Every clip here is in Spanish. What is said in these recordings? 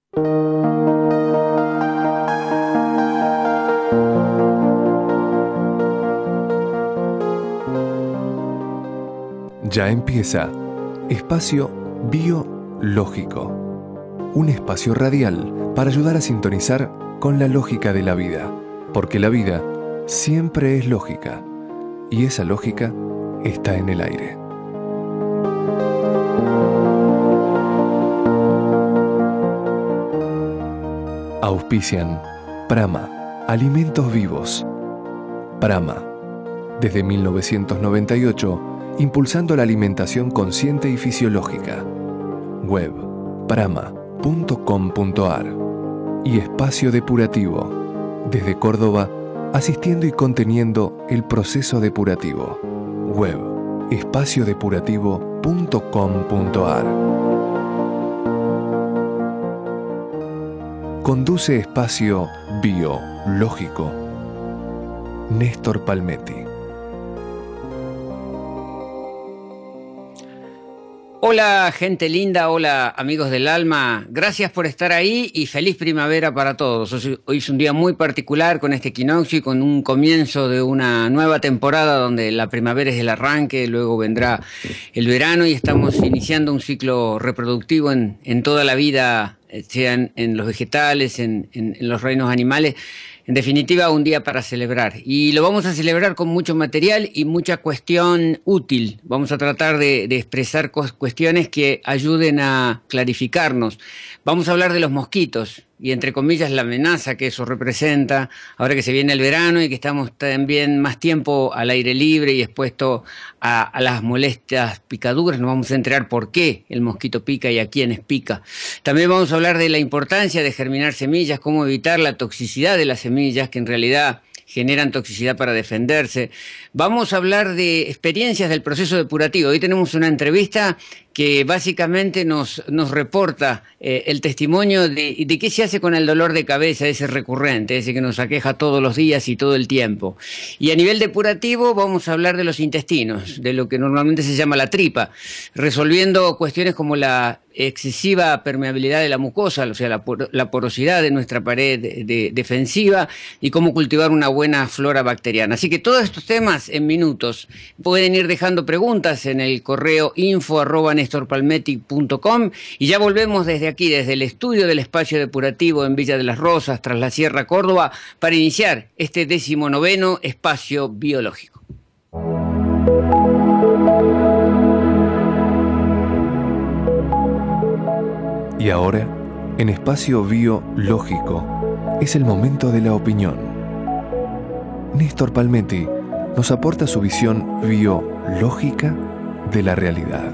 Ya empieza Espacio Biológico, un espacio radial para ayudar a sintonizar con la lógica de la vida, porque la vida siempre es lógica, y esa lógica está en el aire. Auspician Prama, Alimentos Vivos. Prama, desde 1998, impulsando la alimentación consciente y fisiológica. Web prama.com.ar. Y Espacio Depurativo, desde Córdoba, asistiendo y conteniendo el proceso depurativo. Web espaciodepurativo.com.ar. Conduce Espacio Biológico Néstor Palmetti. Hola gente linda, hola amigos del alma, gracias por estar ahí y feliz primavera para todos. Hoy es un día muy particular con este equinoccio y con un comienzo de una nueva temporada donde la primavera es el arranque, luego vendrá el verano y estamos iniciando un ciclo reproductivo en toda la vida, sean en los vegetales, en los reinos animales. En definitiva, un día para celebrar. Y lo vamos a celebrar con mucho material y mucha cuestión útil. Vamos a tratar de expresar cuestiones que ayuden a clarificarnos. Vamos a hablar de los mosquitos y, entre comillas, la amenaza que eso representa ahora que se viene el verano y que estamos también más tiempo al aire libre y expuesto a las molestias picaduras. Nos vamos a enterar por qué el mosquito pica y a quiénes pica. También vamos a hablar de la importancia de germinar semillas, cómo evitar la toxicidad de las semillas, que en realidad generan toxicidad para defenderse. Vamos a hablar de experiencias del proceso depurativo. Hoy tenemos una entrevista que básicamente nos reporta el testimonio de qué se hace con el dolor de cabeza, ese recurrente, ese que nos aqueja todos los días y todo el tiempo. Y a nivel depurativo vamos a hablar de los intestinos, de lo que normalmente se llama la tripa, resolviendo cuestiones como la excesiva permeabilidad de la mucosa, o sea, la porosidad de nuestra pared defensiva y cómo cultivar una buena flora bacteriana. Así que todos estos temas en minutos. Pueden ir dejando preguntas en el correo info@nestorpalmetti.com y ya volvemos desde aquí, desde el estudio del Espacio Depurativo en Villa de las Rosas, tras la Sierra Córdoba, para iniciar este 19º Espacio Biológico. Y ahora, en Espacio Biológico, es el momento de la opinión. Néstor Palmetti nos aporta su visión biológica de la realidad.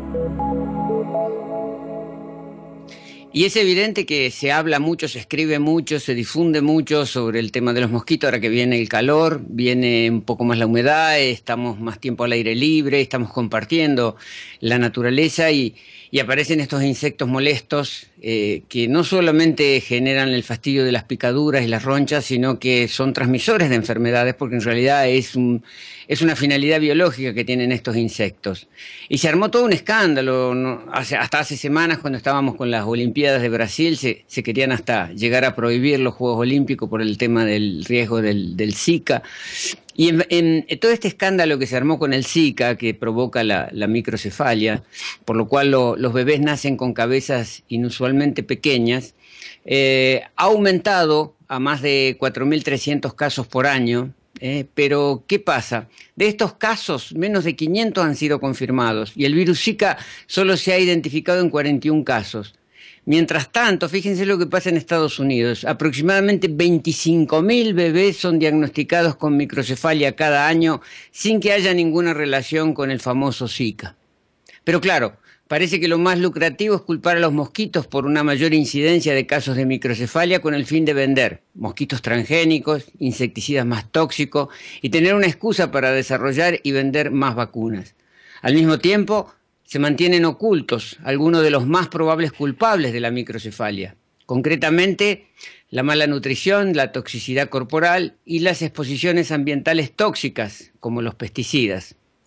Y es evidente que se habla mucho, se escribe mucho, se difunde mucho sobre el tema de los mosquitos, ahora que viene el calor, viene un poco más la humedad, estamos más tiempo al aire libre, estamos compartiendo la naturaleza y aparecen estos insectos molestos que no solamente generan el fastidio de las picaduras y las ronchas, sino que son transmisores de enfermedades, porque en realidad es una finalidad biológica que tienen estos insectos. Y se armó todo un escándalo, ¿no? Hasta hace semanas, cuando estábamos con las Olimpiadas de Brasil, se querían hasta llegar a prohibir los Juegos Olímpicos por el tema del riesgo del Zika. Y en todo este escándalo que se armó con el Zika, que provoca la microcefalia, por lo cual los bebés nacen con cabezas inusualmente pequeñas, ha aumentado a más de 4.300 casos por año. Pero, ¿qué pasa? De estos casos, menos de 500 han sido confirmados y el virus Zika solo se ha identificado en 41 casos. Mientras tanto, fíjense lo que pasa en Estados Unidos. Aproximadamente 25.000 bebés son diagnosticados con microcefalia cada año sin que haya ninguna relación con el famoso Zika. Pero claro, parece que lo más lucrativo es culpar a los mosquitos por una mayor incidencia de casos de microcefalia con el fin de vender mosquitos transgénicos, insecticidas más tóxicos y tener una excusa para desarrollar y vender más vacunas. Al mismo tiempo, se mantienen ocultos algunos de los más probables culpables de la microcefalia. Concretamente, la mala nutrición, la toxicidad corporal y las exposiciones ambientales tóxicas, como los pesticidas.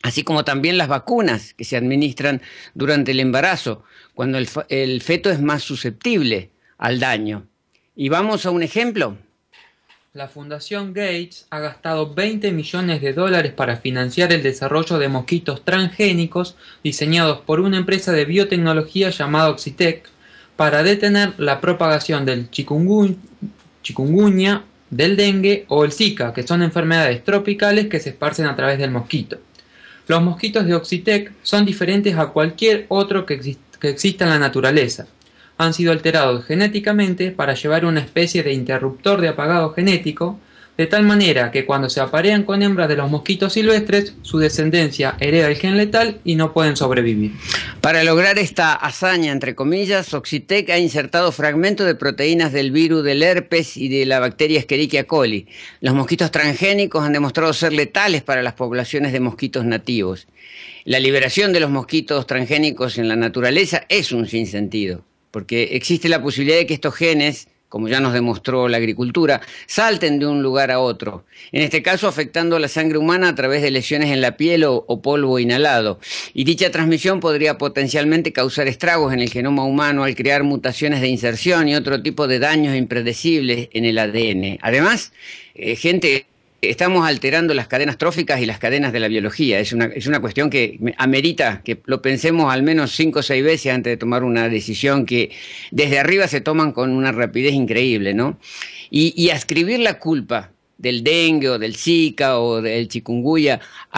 así como también las vacunas que se administran durante el embarazo, cuando el feto es más susceptible al daño. Y vamos a un ejemplo. La Fundación Gates ha gastado $20 millones para financiar el desarrollo de mosquitos transgénicos diseñados por una empresa de biotecnología llamada Oxitec para detener la propagación del chikungunya, del dengue o el Zika, que son enfermedades tropicales que se esparcen a través del mosquito. Los mosquitos de Oxitec son diferentes a cualquier otro que exista en la naturaleza. Han sido alterados genéticamente para llevar una especie de interruptor de apagado genético, de tal manera que cuando se aparean con hembras de los mosquitos silvestres, su descendencia hereda el gen letal y no pueden sobrevivir. Para lograr esta hazaña, entre comillas, Oxitec ha insertado fragmentos de proteínas del virus del herpes y de la bacteria Escherichia coli. Los mosquitos transgénicos han demostrado ser letales para las poblaciones de mosquitos nativos. La liberación de los mosquitos transgénicos en la naturaleza es un sinsentido, porque existe la posibilidad de que estos genes, como ya nos demostró la agricultura, salten de un lugar a otro, en este caso afectando a la sangre humana a través de lesiones en la piel o polvo inhalado. Y dicha transmisión podría potencialmente causar estragos en el genoma humano al crear mutaciones de inserción y otro tipo de daños impredecibles en el ADN. Además, estamos alterando las cadenas tróficas y las cadenas de la biología. Es una cuestión que amerita que lo pensemos al menos 5 o 6 veces antes de tomar una decisión que desde arriba se toman con una rapidez increíble, ¿no? Y ascribir la culpa del dengue o del Zika o del chikungunya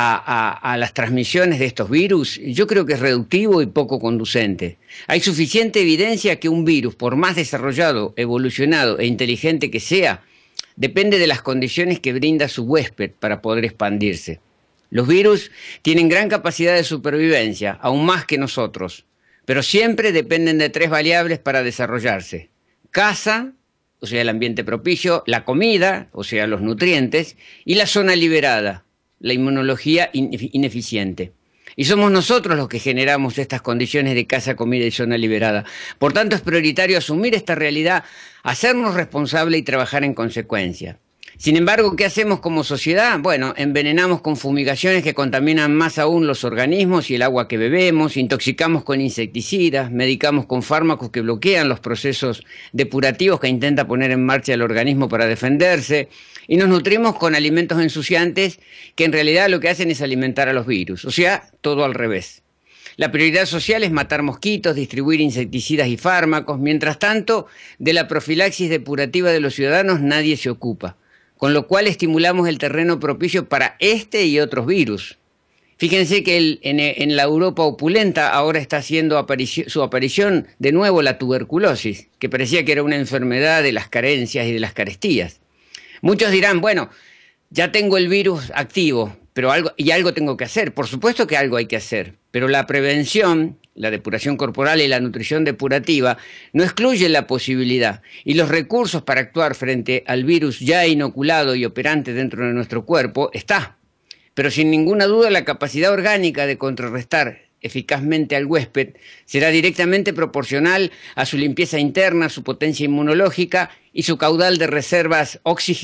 a las transmisiones de estos virus, yo creo que es reductivo y poco conducente. Hay suficiente evidencia que un virus, por más desarrollado, evolucionado e inteligente que sea, depende de las condiciones que brinda su huésped para poder expandirse. Los virus tienen gran capacidad de supervivencia, aún más que nosotros, pero siempre dependen de 3 variables para desarrollarse: casa, o sea, el ambiente propicio; la comida, o sea, los nutrientes; y la zona liberada, la inmunología ineficiente. Y somos nosotros los que generamos estas condiciones de casa, comida y zona liberada. Por tanto, es prioritario asumir esta realidad, hacernos responsables y trabajar en consecuencia. Sin embargo, ¿qué hacemos como sociedad? Bueno, envenenamos con fumigaciones que contaminan más aún los organismos y el agua que bebemos, intoxicamos con insecticidas, medicamos con fármacos que bloquean los procesos depurativos que intenta poner en marcha el organismo para defenderse, y nos nutrimos con alimentos ensuciantes que en realidad lo que hacen es alimentar a los virus, o sea, todo al revés. La prioridad social es matar mosquitos, distribuir insecticidas y fármacos. Mientras tanto, de la profilaxis depurativa de los ciudadanos nadie se ocupa, con lo cual estimulamos el terreno propicio para este y otros virus. Fíjense que en la Europa opulenta ahora está haciendo su aparición de nuevo la tuberculosis, que parecía que era una enfermedad de las carencias y de las carestías. Muchos dirán, bueno, ya tengo el virus activo, pero algo tengo que hacer. Por supuesto que algo hay que hacer, pero la prevención, la depuración corporal y la nutrición depurativa no excluyen la posibilidad, y los recursos para actuar frente al virus ya inoculado y operante dentro de nuestro cuerpo está. Pero sin ninguna duda la capacidad orgánica de contrarrestar eficazmente al huésped será directamente proporcional a su limpieza interna, su potencia inmunológica y su caudal de reservas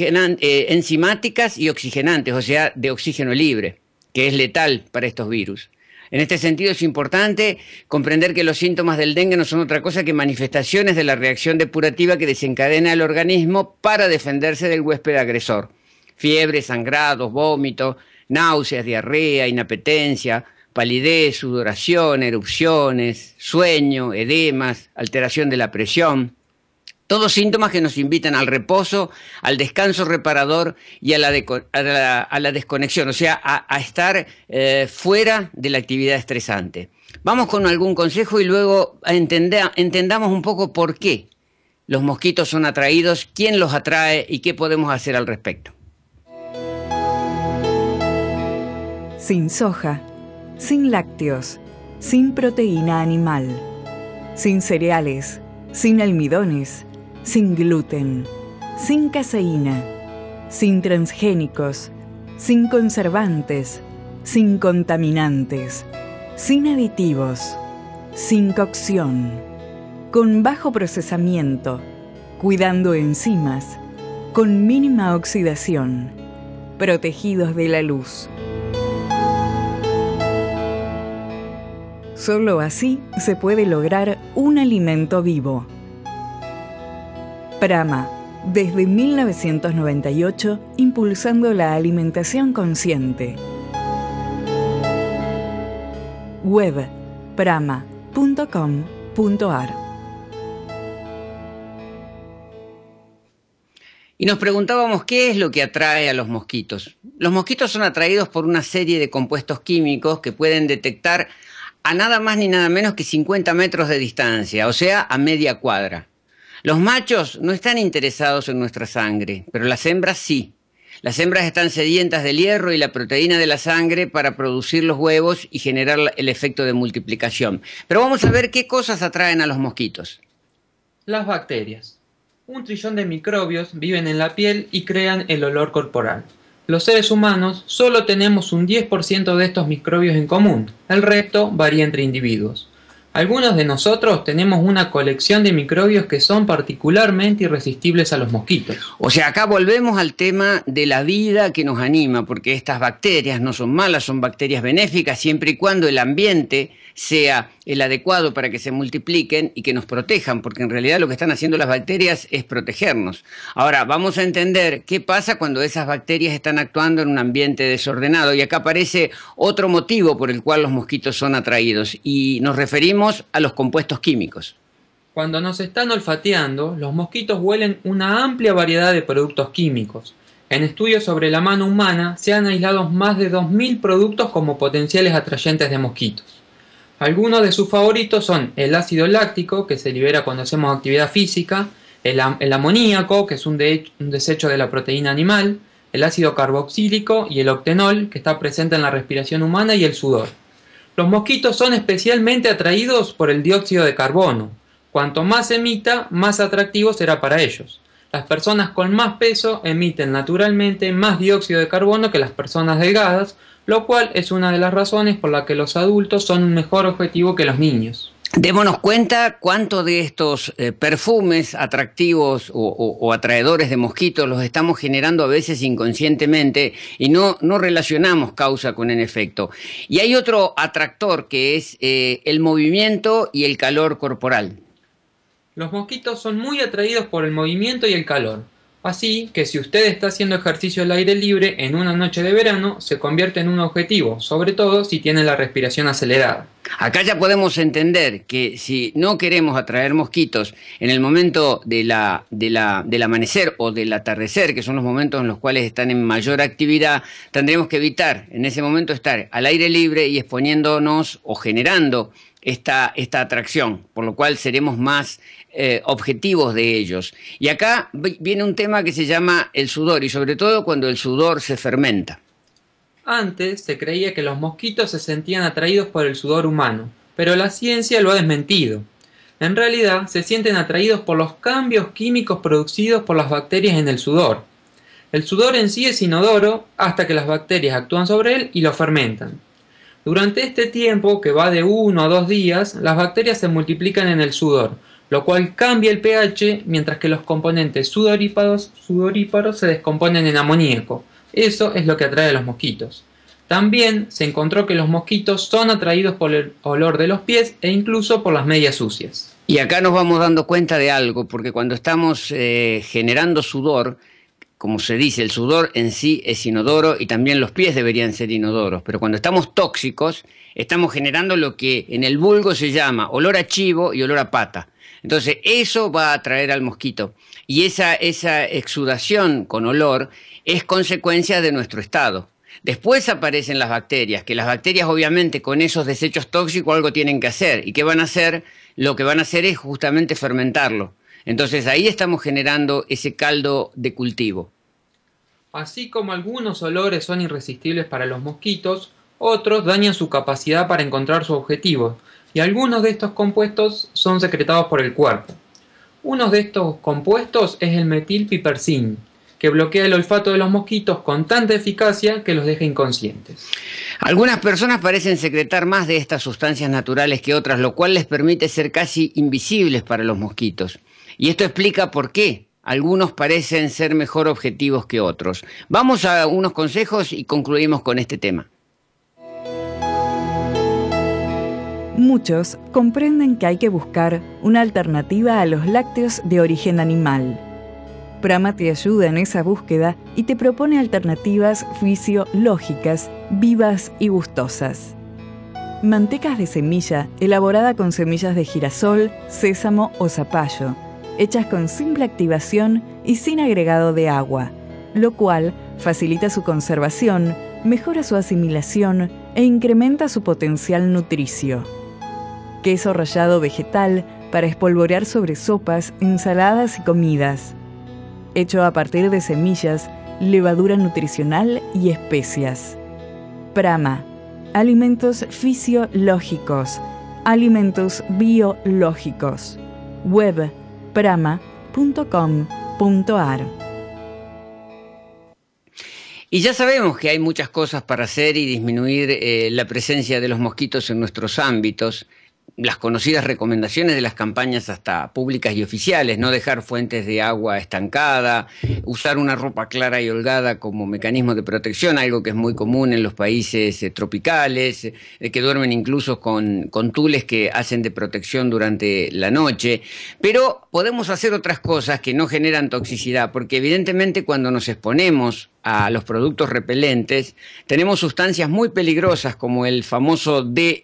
enzimáticas y oxigenantes, o sea, de oxígeno libre, que es letal para estos virus. En este sentido es importante comprender que los síntomas del dengue no son otra cosa que manifestaciones de la reacción depurativa que desencadena el organismo para defenderse del huésped agresor. Fiebre, sangrados, vómito, náuseas, diarrea, inapetencia, palidez, sudoración, erupciones, sueño, edemas, alteración de la presión. Todos síntomas que nos invitan al reposo, al descanso reparador y a la desconexión, o sea, a estar fuera de la actividad estresante. Vamos con algún consejo y luego entendamos un poco por qué los mosquitos son atraídos, quién los atrae y qué podemos hacer al respecto. Sin soja, sin lácteos, sin proteína animal, sin cereales, sin almidones, sin gluten, sin caseína, sin transgénicos, sin conservantes, sin contaminantes, sin aditivos, sin cocción, con bajo procesamiento, cuidando enzimas, con mínima oxidación, protegidos de la luz. Solo así se puede lograr un alimento vivo. Prama, desde 1998, impulsando la alimentación consciente. Web prama.com.ar. Y nos preguntábamos qué es lo que atrae a los mosquitos. Los mosquitos son atraídos por una serie de compuestos químicos que pueden detectar a nada más ni nada menos que 50 metros de distancia, o sea, a media cuadra. Los machos no están interesados en nuestra sangre, pero las hembras sí. Las hembras están sedientas del hierro y la proteína de la sangre para producir los huevos y generar el efecto de multiplicación. Pero vamos a ver qué cosas atraen a los mosquitos. Las bacterias. 1 trillón de microbios viven en la piel y crean el olor corporal. Los seres humanos solo tenemos un 10% de estos microbios en común, el resto varía entre individuos. Algunos de nosotros tenemos una colección de microbios que son particularmente irresistibles a los mosquitos. O sea, acá volvemos al tema de la vida que nos anima, porque estas bacterias no son malas, son bacterias benéficas, siempre y cuando el ambiente sea el adecuado para que se multipliquen y que nos protejan, porque en realidad lo que están haciendo las bacterias es protegernos. Ahora, vamos a entender qué pasa cuando esas bacterias están actuando en un ambiente desordenado, y acá aparece otro motivo por el cual los mosquitos son atraídos, y nos referimos a los compuestos químicos. Cuando nos están olfateando, los mosquitos huelen una amplia variedad de productos químicos. En estudios sobre la mano humana se han aislado más de 2.000 productos como potenciales atrayentes de mosquitos. Algunos de sus favoritos son el ácido láctico, que se libera cuando hacemos actividad física, el amoníaco, que es un desecho de la proteína animal, el ácido carboxílico y el octenol, que está presente en la respiración humana, y el sudor. Los mosquitos son especialmente atraídos por el dióxido de carbono. Cuanto más emita, más atractivo será para ellos. Las personas con más peso emiten naturalmente más dióxido de carbono que las personas delgadas, lo cual es una de las razones por la que los adultos son un mejor objetivo que los niños. Démonos cuenta cuánto de estos perfumes atractivos o atraedores de mosquitos los estamos generando a veces inconscientemente y no relacionamos causa con el efecto. Y hay otro atractor que es el movimiento y el calor corporal. Los mosquitos son muy atraídos por el movimiento y el calor. Así que si usted está haciendo ejercicio al aire libre en una noche de verano, se convierte en un objetivo, sobre todo si tiene la respiración acelerada. Acá ya podemos entender que si no queremos atraer mosquitos en el momento del amanecer o del atardecer, que son los momentos en los cuales están en mayor actividad, tendremos que evitar en ese momento estar al aire libre y exponiéndonos o generando esta atracción, por lo cual seremos más objetivos de ellos. Y acá viene un tema que se llama el sudor, y sobre todo cuando el sudor se fermenta. Antes se creía que los mosquitos se sentían atraídos por el sudor humano, pero la ciencia lo ha desmentido. En realidad se sienten atraídos por los cambios químicos producidos por las bacterias en el sudor. El sudor en sí es inodoro hasta que las bacterias actúan sobre él y lo fermentan. Durante este tiempo, que va de 1 a 2 días, las bacterias se multiplican en el sudor, lo cual cambia el pH, mientras que los componentes sudoríparos se descomponen en amoníaco. Eso es lo que atrae a los mosquitos. También se encontró que los mosquitos son atraídos por el olor de los pies e incluso por las medias sucias. Y acá nos vamos dando cuenta de algo, porque cuando estamos generando sudor, como se dice, el sudor en sí es inodoro y también los pies deberían ser inodoros, pero cuando estamos tóxicos, estamos generando lo que en el vulgo se llama olor a chivo y olor a pata. Entonces eso va a atraer al mosquito, y esa exudación con olor es consecuencia de nuestro estado. Después aparecen las bacterias, que las bacterias obviamente con esos desechos tóxicos algo tienen que hacer. ¿Y qué van a hacer? Lo que van a hacer es justamente fermentarlo. Entonces ahí estamos generando ese caldo de cultivo. Así como algunos olores son irresistibles para los mosquitos, otros dañan su capacidad para encontrar su objetivo, y algunos de estos compuestos son secretados por el cuerpo. Uno de estos compuestos es el metilpiperzin, que bloquea el olfato de los mosquitos con tanta eficacia que los deja inconscientes. Algunas personas parecen secretar más de estas sustancias naturales que otras, lo cual les permite ser casi invisibles para los mosquitos. Y esto explica por qué algunos parecen ser mejor objetivos que otros. Vamos a unos consejos y concluimos con este tema. Muchos comprenden que hay que buscar una alternativa a los lácteos de origen animal. Prama te ayuda en esa búsqueda y te propone alternativas fisiológicas, vivas y gustosas. Mantecas de semilla elaborada con semillas de girasol, sésamo o zapallo, hechas con simple activación y sin agregado de agua, lo cual facilita su conservación, mejora su asimilación e incrementa su potencial nutricio. Queso rallado vegetal para espolvorear sobre sopas, ensaladas y comidas. Hecho a partir de semillas, levadura nutricional y especias. Prama. Alimentos fisiológicos. Alimentos biológicos. Web prama.com.ar. Y ya sabemos que hay muchas cosas para hacer y disminuir la presencia de los mosquitos en nuestros ámbitos. Las conocidas recomendaciones de las campañas hasta públicas y oficiales, no dejar fuentes de agua estancada, usar una ropa clara y holgada como mecanismo de protección, algo que es muy común en los países tropicales, que duermen incluso con tules que hacen de protección durante la noche. Pero podemos hacer otras cosas que no generan toxicidad, porque evidentemente cuando nos exponemos a los productos repelentes, tenemos sustancias muy peligrosas como el famoso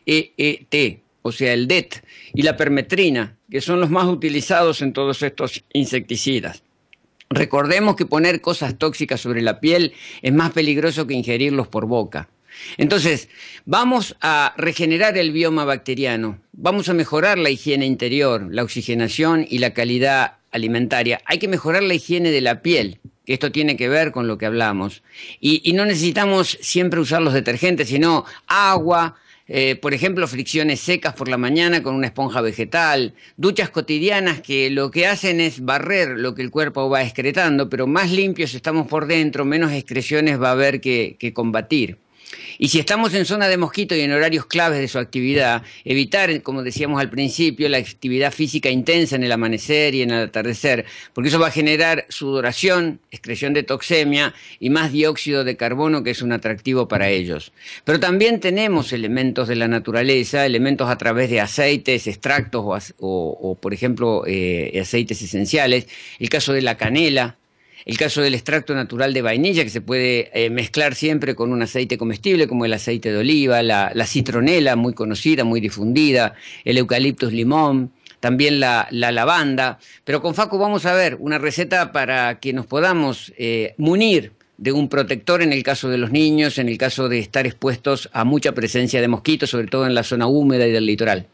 DEET, o sea, el DEET y la permetrina, que son los más utilizados en todos estos insecticidas. Recordemos que poner cosas tóxicas sobre la piel es más peligroso que ingerirlos por boca. Entonces, vamos a regenerar el bioma bacteriano, vamos a mejorar la higiene interior, la oxigenación y la calidad alimentaria. Hay que mejorar la higiene de la piel, que esto tiene que ver con lo que hablamos. Y no necesitamos siempre usar los detergentes, sino agua. Por ejemplo, fricciones secas por la mañana con una esponja vegetal, duchas cotidianas que lo que hacen es barrer lo que el cuerpo va excretando, pero más limpios estamos por dentro, menos excreciones va a haber que combatir. Y si estamos en zona de mosquito y en horarios claves de su actividad, evitar, como decíamos al principio, la actividad física intensa en el amanecer y en el atardecer, porque eso va a generar sudoración, excreción de toxemia y más dióxido de carbono, que es un atractivo para ellos. Pero también tenemos elementos de la naturaleza, elementos a través de aceites, extractos o por ejemplo, aceites esenciales. El caso de la canela. El caso del extracto natural de vainilla, que se puede mezclar siempre con un aceite comestible, como el aceite de oliva, la citronela, muy conocida, muy difundida, el eucaliptus limón, también la lavanda. Pero con Facu vamos a ver una receta para que nos podamos munir de un protector en el caso de los niños, en el caso de estar expuestos a mucha presencia de mosquitos, sobre todo en la zona húmeda y del litoral.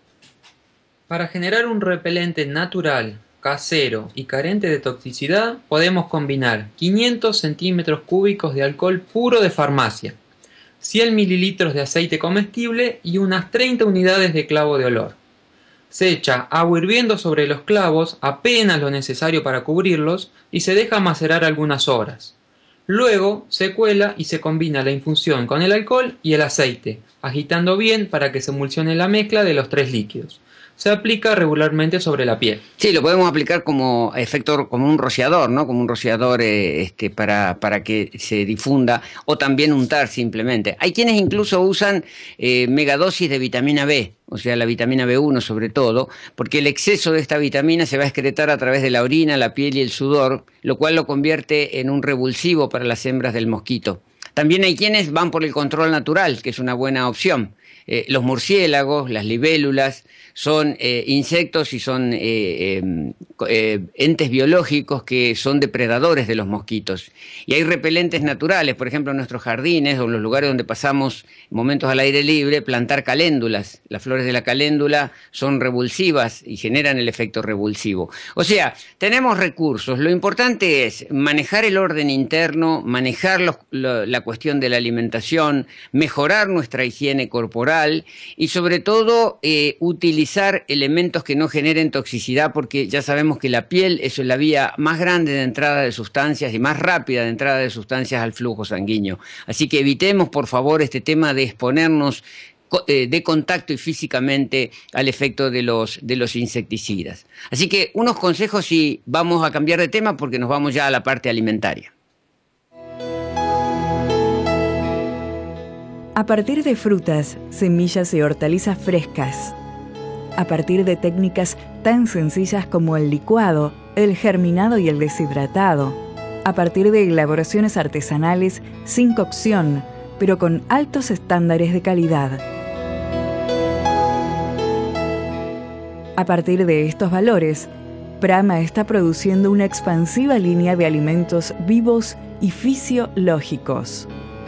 Para generar un repelente natural, casero y carente de toxicidad, podemos combinar 500 centímetros cúbicos de alcohol puro de farmacia, 100 mililitros de aceite comestible y unas 30 unidades de clavo de olor. Se echa agua hirviendo sobre los clavos, apenas lo necesario para cubrirlos, y se deja macerar algunas horas. Luego se cuela y se combina la infusión con el alcohol y el aceite, agitando bien para que se emulsione la mezcla de los tres líquidos. Se aplica regularmente sobre la piel. Sí, lo podemos aplicar como efecto, como un rociador, ¿no? Como un rociador para que se difunda, o también untar simplemente. Hay quienes incluso usan megadosis de vitamina B, o sea, la vitamina B1 sobre todo, porque el exceso de esta vitamina se va a excretar a través de la orina, la piel y el sudor, lo cual lo convierte en un revulsivo para las hembras del mosquito. También hay quienes van por el control natural, que es una buena opción. Los murciélagos, las libélulas, son insectos y son entes biológicos que son depredadores de los mosquitos. Y hay repelentes naturales, por ejemplo, en nuestros jardines o en los lugares donde pasamos momentos al aire libre, plantar caléndulas. Las flores de la caléndula son revulsivas y generan el efecto revulsivo. O sea, tenemos recursos. Lo importante es manejar el orden interno, manejar la cuestión de la alimentación, mejorar nuestra higiene corporal y sobre todo utilizar elementos que no generen toxicidad, porque ya sabemos que la piel es la vía más grande de entrada de sustancias y más rápida de entrada de sustancias al flujo sanguíneo. Así que evitemos, por favor, este tema de exponernos de contacto y físicamente al efecto de los insecticidas. Así que unos consejos y vamos a cambiar de tema porque nos vamos ya a la parte alimentaria. A partir de frutas, semillas y hortalizas frescas, a partir de técnicas tan sencillas como el licuado, el germinado y el deshidratado, a partir de elaboraciones artesanales sin cocción, pero con altos estándares de calidad. A partir de estos valores, Prama está produciendo una expansiva línea de alimentos vivos y fisiológicos.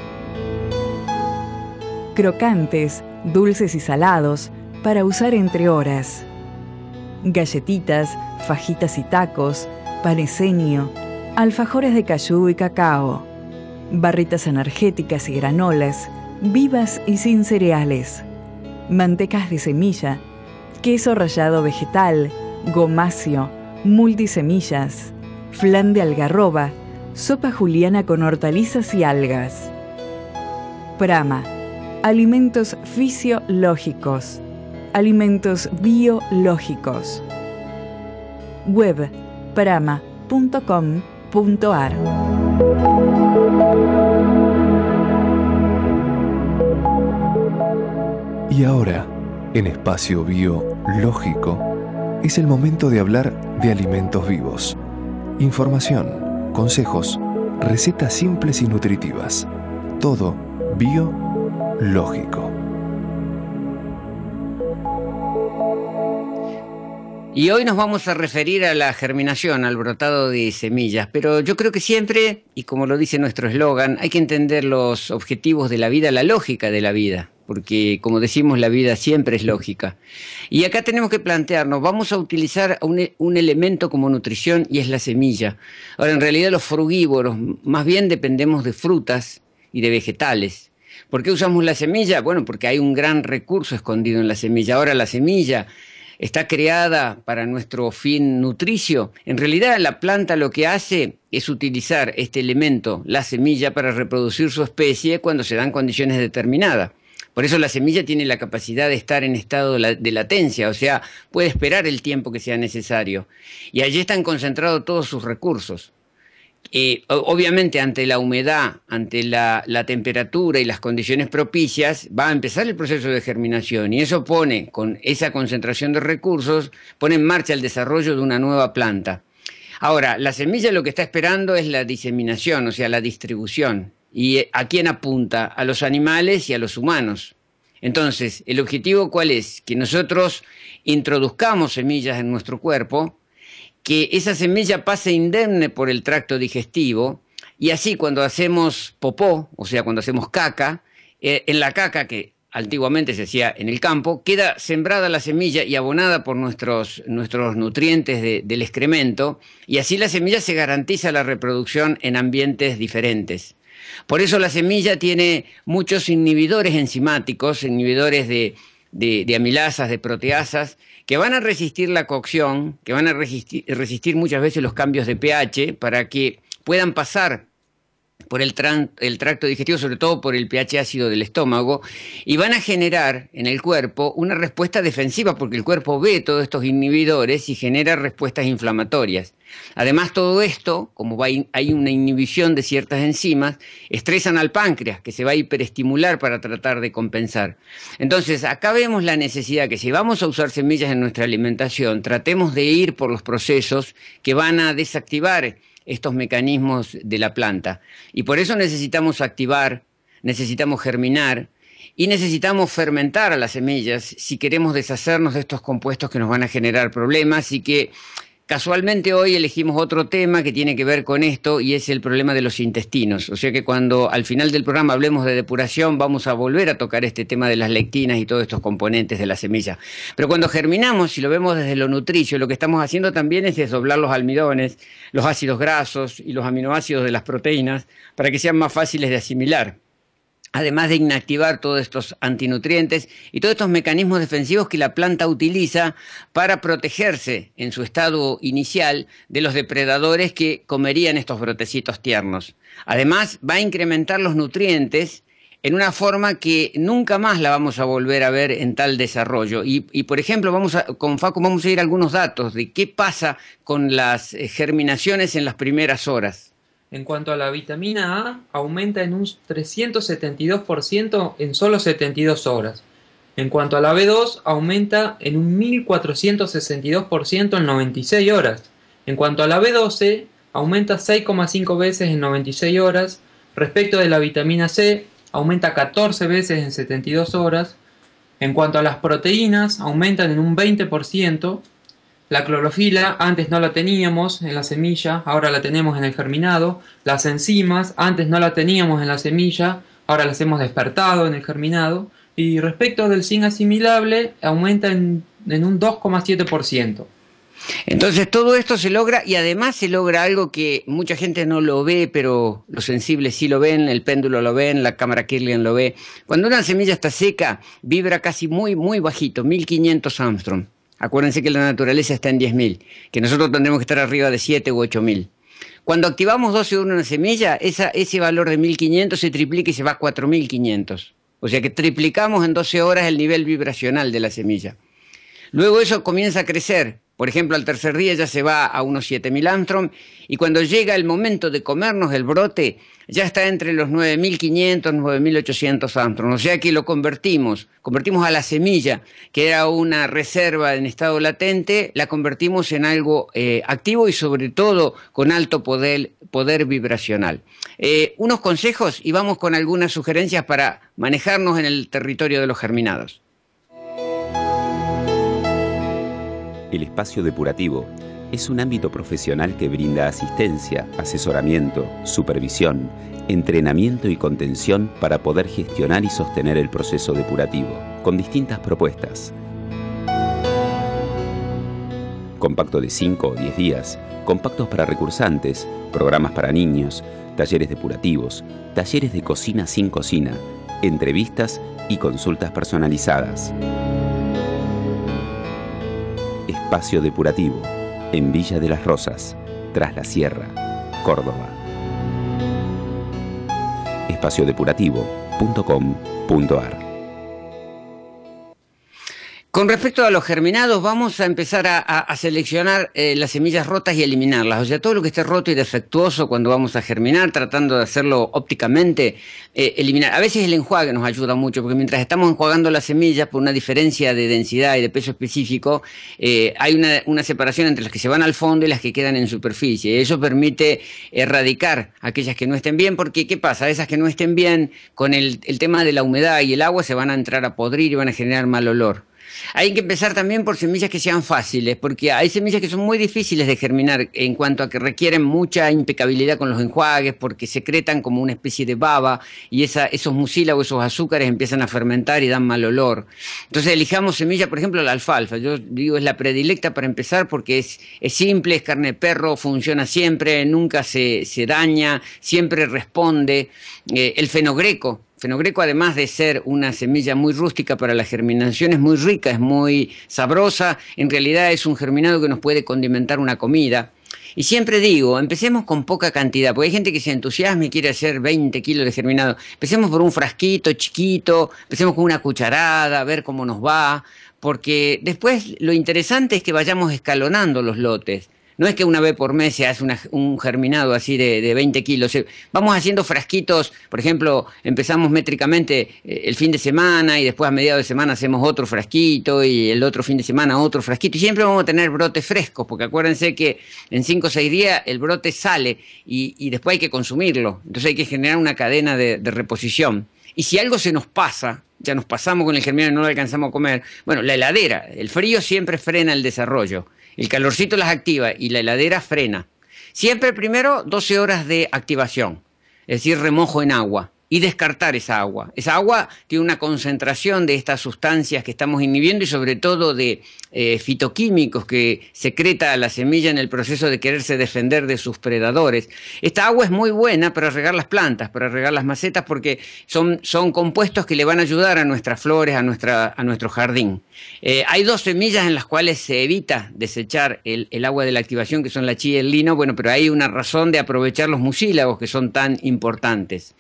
Crocantes, dulces y salados, para usar entre horas. Galletitas, fajitas y tacos, paneseño, alfajores de cayú y cacao, barritas energéticas y granolas, vivas y sin cereales, mantecas de semilla, queso rallado vegetal, gomacio, multisemillas, flan de algarroba, sopa juliana con hortalizas y algas. Prama, alimentos fisiológicos, alimentos biológicos. Web prama.com.ar. Y ahora, en Espacio Biológico, es el momento de hablar de alimentos vivos. Información, consejos, recetas simples y nutritivas. Todo biológico. Y hoy nos vamos a referir a la germinación, al brotado de semillas, pero yo creo que siempre, y como lo dice nuestro eslogan, hay que entender los objetivos de la vida, la lógica de la vida, porque como decimos, la vida siempre es lógica. Y acá tenemos que plantearnos, vamos a utilizar un elemento como nutrición y es la semilla. Ahora, en realidad los frugívoros más bien dependemos de frutas y de vegetales. ¿Por qué usamos la semilla? Bueno, porque hay un gran recurso escondido en la semilla. Ahora la semilla está creada para nuestro fin nutricio. En realidad la planta lo que hace es utilizar este elemento, la semilla, para reproducir su especie cuando se dan condiciones determinadas. Por eso la semilla tiene la capacidad de estar en estado de latencia, o sea, puede esperar el tiempo que sea necesario. Y allí están concentrados todos sus recursos. Obviamente ante la humedad, ante la temperatura y las condiciones propicias, va a empezar el proceso de germinación y eso pone, con esa concentración de recursos, pone en marcha el desarrollo de una nueva planta. Ahora, la semilla lo que está esperando es la diseminación, o sea, la distribución. ¿Y a quién apunta? A los animales y a los humanos. Entonces, ¿el objetivo cuál es? Que nosotros introduzcamos semillas en nuestro cuerpo, que esa semilla pase indemne por el tracto digestivo y así cuando hacemos popó, o sea, cuando hacemos caca, en la caca que antiguamente se hacía en el campo, queda sembrada la semilla y abonada por nuestros nutrientes del excremento y así la semilla se garantiza la reproducción en ambientes diferentes. Por eso la semilla tiene muchos inhibidores enzimáticos, inhibidores de amilasas, de proteasas, que van a resistir la cocción, que van a resistir muchas veces los cambios de pH para que puedan pasar por el tracto digestivo, sobre todo por el pH ácido del estómago, y van a generar en el cuerpo una respuesta defensiva, porque el cuerpo ve todos estos inhibidores y genera respuestas inflamatorias. Además, todo esto, como hay una inhibición de ciertas enzimas, estresan al páncreas, que se va a hiperestimular para tratar de compensar. Entonces, acá vemos la necesidad que si vamos a usar semillas en nuestra alimentación, tratemos de ir por los procesos que van a desactivar estos mecanismos de la planta. Y por eso necesitamos activar, necesitamos germinar y necesitamos fermentar a las semillas si queremos deshacernos de estos compuestos que nos van a generar problemas y que casualmente hoy elegimos otro tema que tiene que ver con esto y es el problema de los intestinos. O sea que cuando al final del programa hablemos de depuración vamos a volver a tocar este tema de las lectinas y todos estos componentes de la semilla. Pero cuando germinamos, si lo vemos desde lo nutricio, lo que estamos haciendo también es desdoblar los almidones, los ácidos grasos y los aminoácidos de las proteínas para que sean más fáciles de asimilar. Además de inactivar todos estos antinutrientes y todos estos mecanismos defensivos que la planta utiliza para protegerse en su estado inicial de los depredadores que comerían estos brotecitos tiernos. Además, va a incrementar los nutrientes en una forma que nunca más la vamos a volver a ver en tal desarrollo. Y por ejemplo, con Facu vamos a ir a algunos datos de qué pasa con las germinaciones en las primeras horas. En cuanto a la vitamina A, aumenta en un 372% en solo 72 horas. En cuanto a la B2, aumenta en un 1462% en 96 horas. En cuanto a la B12, aumenta 6,5 veces en 96 horas. Respecto de la vitamina C, aumenta 14 veces en 72 horas. En cuanto a las proteínas, aumentan en un 20%. La clorofila, antes no la teníamos en la semilla, ahora la tenemos en el germinado. Las enzimas, antes no la teníamos en la semilla, ahora las hemos despertado en el germinado. Y respecto del zinc asimilable, aumenta en un 2,7%. Entonces todo esto se logra, y además se logra algo que mucha gente no lo ve, pero los sensibles sí lo ven, el péndulo lo ven, la cámara Kirlian lo ve. Cuando una semilla está seca, vibra casi muy bajito, 1500 Armstrong. Acuérdense que la naturaleza está en 10.000, que nosotros tendremos que estar arriba de 7 u 8.000. Cuando activamos 12 de una semilla, ese valor de 1500 se triplica y se va a 4500. O sea que triplicamos en 12 horas el nivel vibracional de la semilla. Luego eso comienza a crecer. Por ejemplo, al tercer día ya se va a unos 7.000 Armstrong, y cuando llega el momento de comernos el brote, ya está entre los 9.500, 9.800 Armstrong. O sea que lo convertimos a la semilla, que era una reserva en estado latente, la convertimos en algo activo y sobre todo con alto poder vibracional. Unos consejos y vamos con algunas sugerencias para manejarnos en el territorio de los germinados. El espacio depurativo es un ámbito profesional que brinda asistencia, asesoramiento, supervisión, entrenamiento y contención para poder gestionar y sostener el proceso depurativo, con distintas propuestas. Compacto de 5 o 10 días, compactos para recursantes, programas para niños, talleres depurativos, talleres de cocina sin cocina, entrevistas y consultas personalizadas. Espacio Depurativo, en Villa de las Rosas, Tras la Sierra, Córdoba. espaciodepurativo.com.ar. Con respecto a los germinados, vamos a empezar a seleccionar las semillas rotas y eliminarlas. O sea, todo lo que esté roto y defectuoso cuando vamos a germinar, tratando de hacerlo ópticamente, eliminar. A veces el enjuague nos ayuda mucho, porque mientras estamos enjuagando las semillas, por una diferencia de densidad y de peso específico, hay una separación entre las que se van al fondo y las que quedan en superficie. Eso permite erradicar aquellas que no estén bien, porque ¿qué pasa? Esas que no estén bien, con el tema de la humedad y el agua, se van a entrar a podrir y van a generar mal olor. Hay que empezar también por semillas que sean fáciles, porque hay semillas que son muy difíciles de germinar en cuanto a que requieren mucha impecabilidad con los enjuagues, porque secretan como una especie de baba y esos mucílagos, esos azúcares empiezan a fermentar y dan mal olor. Entonces elijamos semilla, por ejemplo, la alfalfa. Yo digo, es la predilecta para empezar porque es simple, es carne de perro, funciona siempre, nunca se daña, siempre responde. El fenogreco, además de ser una semilla muy rústica para la germinación, es muy rica, es muy sabrosa. En realidad es un germinado que nos puede condimentar una comida. Y siempre digo, empecemos con poca cantidad, porque hay gente que se entusiasma y quiere hacer 20 kilos de germinado. Empecemos por un frasquito chiquito, empecemos con una cucharada, a ver cómo nos va, porque después lo interesante es que vayamos escalonando los lotes. No es que una vez por mes se hace un germinado así de 20 kilos. Vamos haciendo frasquitos, por ejemplo, empezamos métricamente el fin de semana y después a mediados de semana hacemos otro frasquito y el otro fin de semana otro frasquito. Y siempre vamos a tener brotes frescos, porque acuérdense que en 5 o 6 días el brote sale y después hay que consumirlo. Entonces hay que generar una cadena de reposición. Y si algo se nos pasa, ya nos pasamos con el germinado y no lo alcanzamos a comer, bueno, la heladera, el frío siempre frena el desarrollo. El calorcito las activa y la heladera frena. Siempre primero 12 horas de activación, es decir, remojo en agua y descartar esa agua. Esa agua tiene una concentración de estas sustancias que estamos inhibiendo y sobre todo de fitoquímicos que secreta la semilla en el proceso de quererse defender de sus predadores. Esta agua es muy buena para regar las plantas, para regar las macetas, porque son compuestos que le van a ayudar a nuestras flores, a nuestro jardín. Hay 2 semillas en las cuales se evita desechar el agua de la activación, que son la chía y el lino, bueno, pero hay una razón de aprovechar los mucílagos que son tan importantes.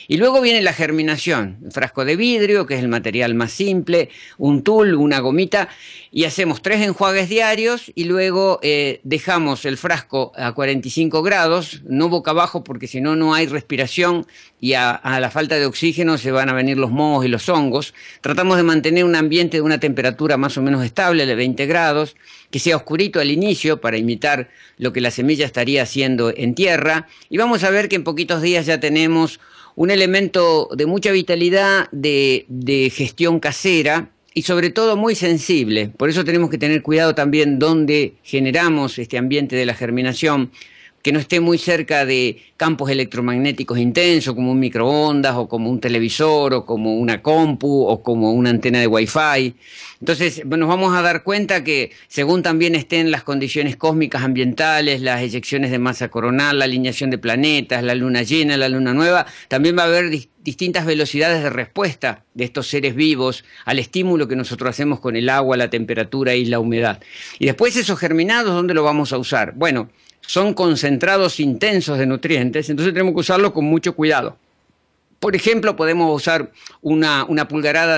Y luego viene la germinación, un frasco de vidrio, que es el material más simple, un tul, una gomita, y hacemos 3 enjuagues diarios y luego dejamos el frasco a 45 grados, no boca abajo porque si no, no hay respiración y a la falta de oxígeno se van a venir los mohos y los hongos. Tratamos de mantener un ambiente de una temperatura más o menos estable, de 20 grados, que sea oscurito al inicio para imitar lo que la semilla estaría haciendo en tierra, y vamos a ver que en poquitos días ya tenemos un elemento de mucha vitalidad, de gestión casera y sobre todo muy sensible. Por eso tenemos que tener cuidado también donde generamos este ambiente de la germinación, que no esté muy cerca de campos electromagnéticos intensos como un microondas o como un televisor o como una compu o como una antena de Wi-Fi. Entonces nos vamos a dar cuenta que según también estén las condiciones cósmicas ambientales, las eyecciones de masa coronal, la alineación de planetas, la luna llena, la luna nueva, también va a haber distintas velocidades de respuesta de estos seres vivos al estímulo que nosotros hacemos con el agua, la temperatura y la humedad. Y después esos germinados, ¿dónde lo vamos a usar? Bueno, son concentrados intensos de nutrientes, entonces tenemos que usarlo con mucho cuidado. Por ejemplo, podemos usar una pulgarada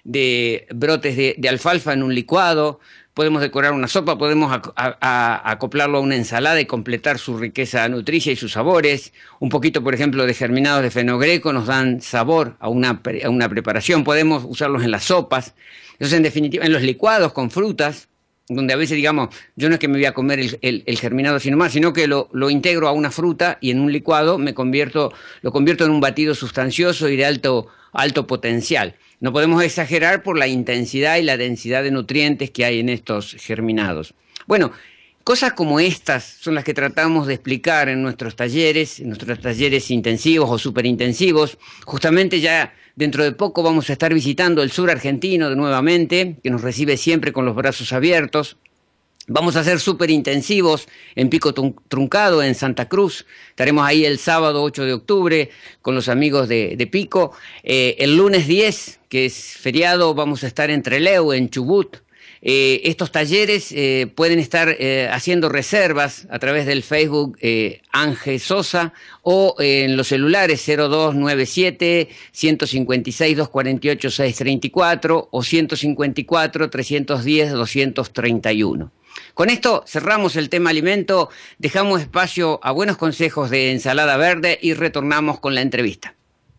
de brotes de alfalfa en un licuado, podemos decorar una sopa, podemos acoplarlo a una ensalada y completar su riqueza nutricia y sus sabores. Un poquito, por ejemplo, de germinados de fenogreco nos dan sabor a una preparación, podemos usarlos en las sopas. Entonces, en definitiva, en los licuados con frutas, donde a veces, digamos, yo no es que me voy a comer el germinado sino más, sino que lo integro a una fruta y en un licuado lo convierto en un batido sustancioso y de alto potencial. No podemos exagerar por la intensidad y la densidad de nutrientes que hay en estos germinados. Bueno, cosas como estas son las que tratamos de explicar en nuestros talleres intensivos o superintensivos. Justamente ya dentro de poco vamos a estar visitando el sur argentino nuevamente, que nos recibe siempre con los brazos abiertos. Vamos a hacer superintensivos en Pico Truncado, en Santa Cruz. Estaremos ahí el sábado 8 de octubre con los amigos de Pico. El lunes 10, que es feriado, vamos a estar en Trelew, en Chubut. Estos talleres pueden estar haciendo reservas a través del Facebook Ángel Sosa o en los celulares 0297 156 248 634 o 154 310 231. Con esto cerramos el tema alimento, dejamos espacio a buenos consejos de ensalada verde y retornamos con la entrevista.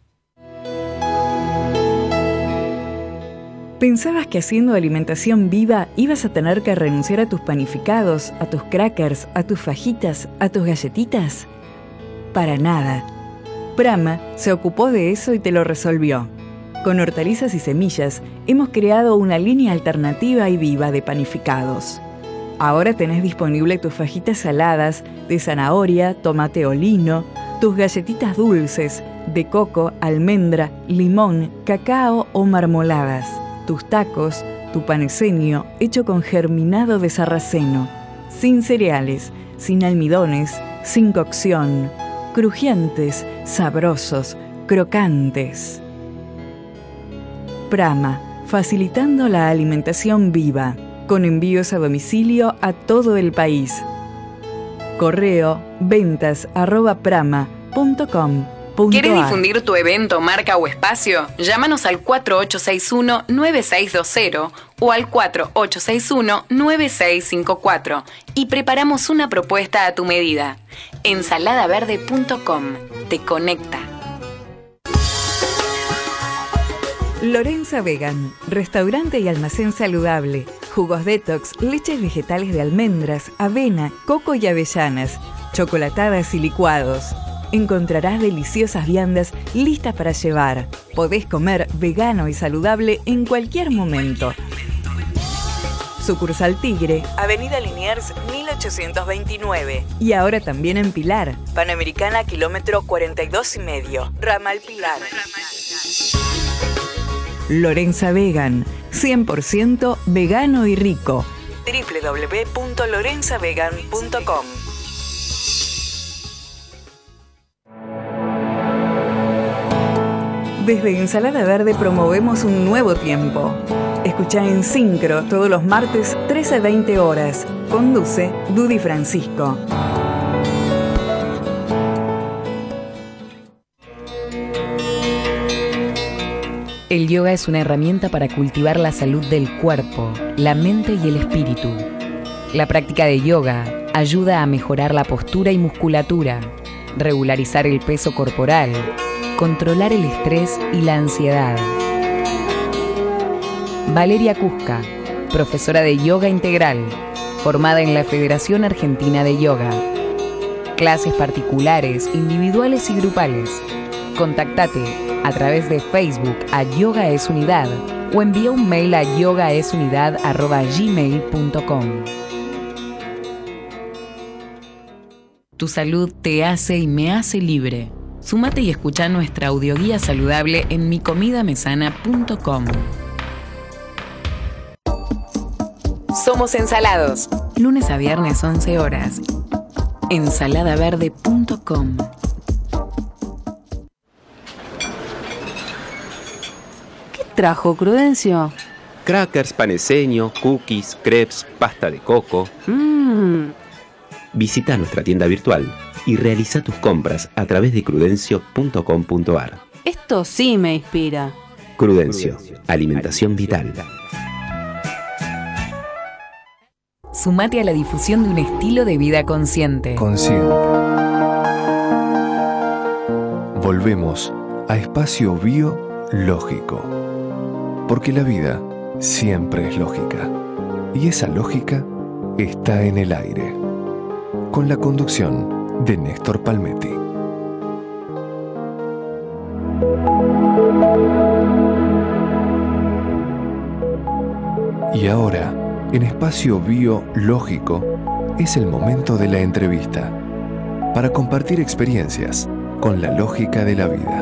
¿Pensabas que haciendo alimentación viva ibas a tener que renunciar a tus panificados, a tus crackers, a tus fajitas, a tus galletitas? Para nada. Prama se ocupó de eso y te lo resolvió. Con hortalizas y semillas hemos creado una línea alternativa y viva de panificados. Ahora tenés disponible tus fajitas saladas de zanahoria, tomate o lino, tus galletitas dulces de coco, almendra, limón, cacao o marmoladas. Tus tacos, tu paneseño hecho con germinado de sarraceno, sin cereales, sin almidones, sin cocción, crujientes, sabrosos, crocantes. Prama, facilitando la alimentación viva, con envíos a domicilio a todo el país. Correo ventas@prama.com. ¿Quieres difundir tu evento, marca o espacio? Llámanos al 4861-9620 o al 4861-9654 y preparamos una propuesta a tu medida. Ensaladaverde.com te conecta. Lorenza Vegan, restaurante y almacén saludable. Jugos detox, leches vegetales de almendras, avena, coco y avellanas, chocolatadas y licuados. Encontrarás deliciosas viandas listas para llevar. Podés comer vegano y saludable en cualquier momento. Sucursal Tigre, Avenida Liniers 1829. Y ahora también en Pilar, Panamericana kilómetro 42,5, Ramal Pilar. Lorenza Vegan, 100% vegano y rico. www.lorenzavegan.com. Desde Ensalada Verde promovemos un nuevo tiempo. Escuchá En Sincro todos los martes 13-20 horas. Conduce Dudy El yoga es una herramienta para cultivar la salud del cuerpo, la mente y el espíritu. La práctica de yoga ayuda a mejorar la postura y musculatura, regularizar el peso corporal, controlar el estrés y la ansiedad. Valeria Cusca, profesora de yoga integral, formada en la Federación Argentina de Yoga. Clases particulares, individuales y grupales. Contactate a través de Facebook a Yoga es Unidad o envía un mail a yogaesunidad@gmail.com. Tu salud te hace y me hace libre. Súmate y escucha nuestra audioguía saludable en micomidamesana.com. Somos Ensalados. Lunes a viernes 11 horas. Ensaladaverde.com. ¿Qué trajo, Prudencio? Crackers, paneseño, cookies, crepes, pasta de coco. Visita nuestra tienda virtual y realiza tus compras a través de crudencio.com.ar. Esto sí me inspira. Crudencio, alimentación vital. Sumate a la difusión de un estilo de vida consciente. Volvemos a Espacio Biológico. Porque la vida siempre es lógica. Y esa lógica está en el aire. Con la conducción de Néstor Palmetti. Y ahora, en Espacio Biológico, es el momento de la entrevista para compartir experiencias con la lógica de la vida.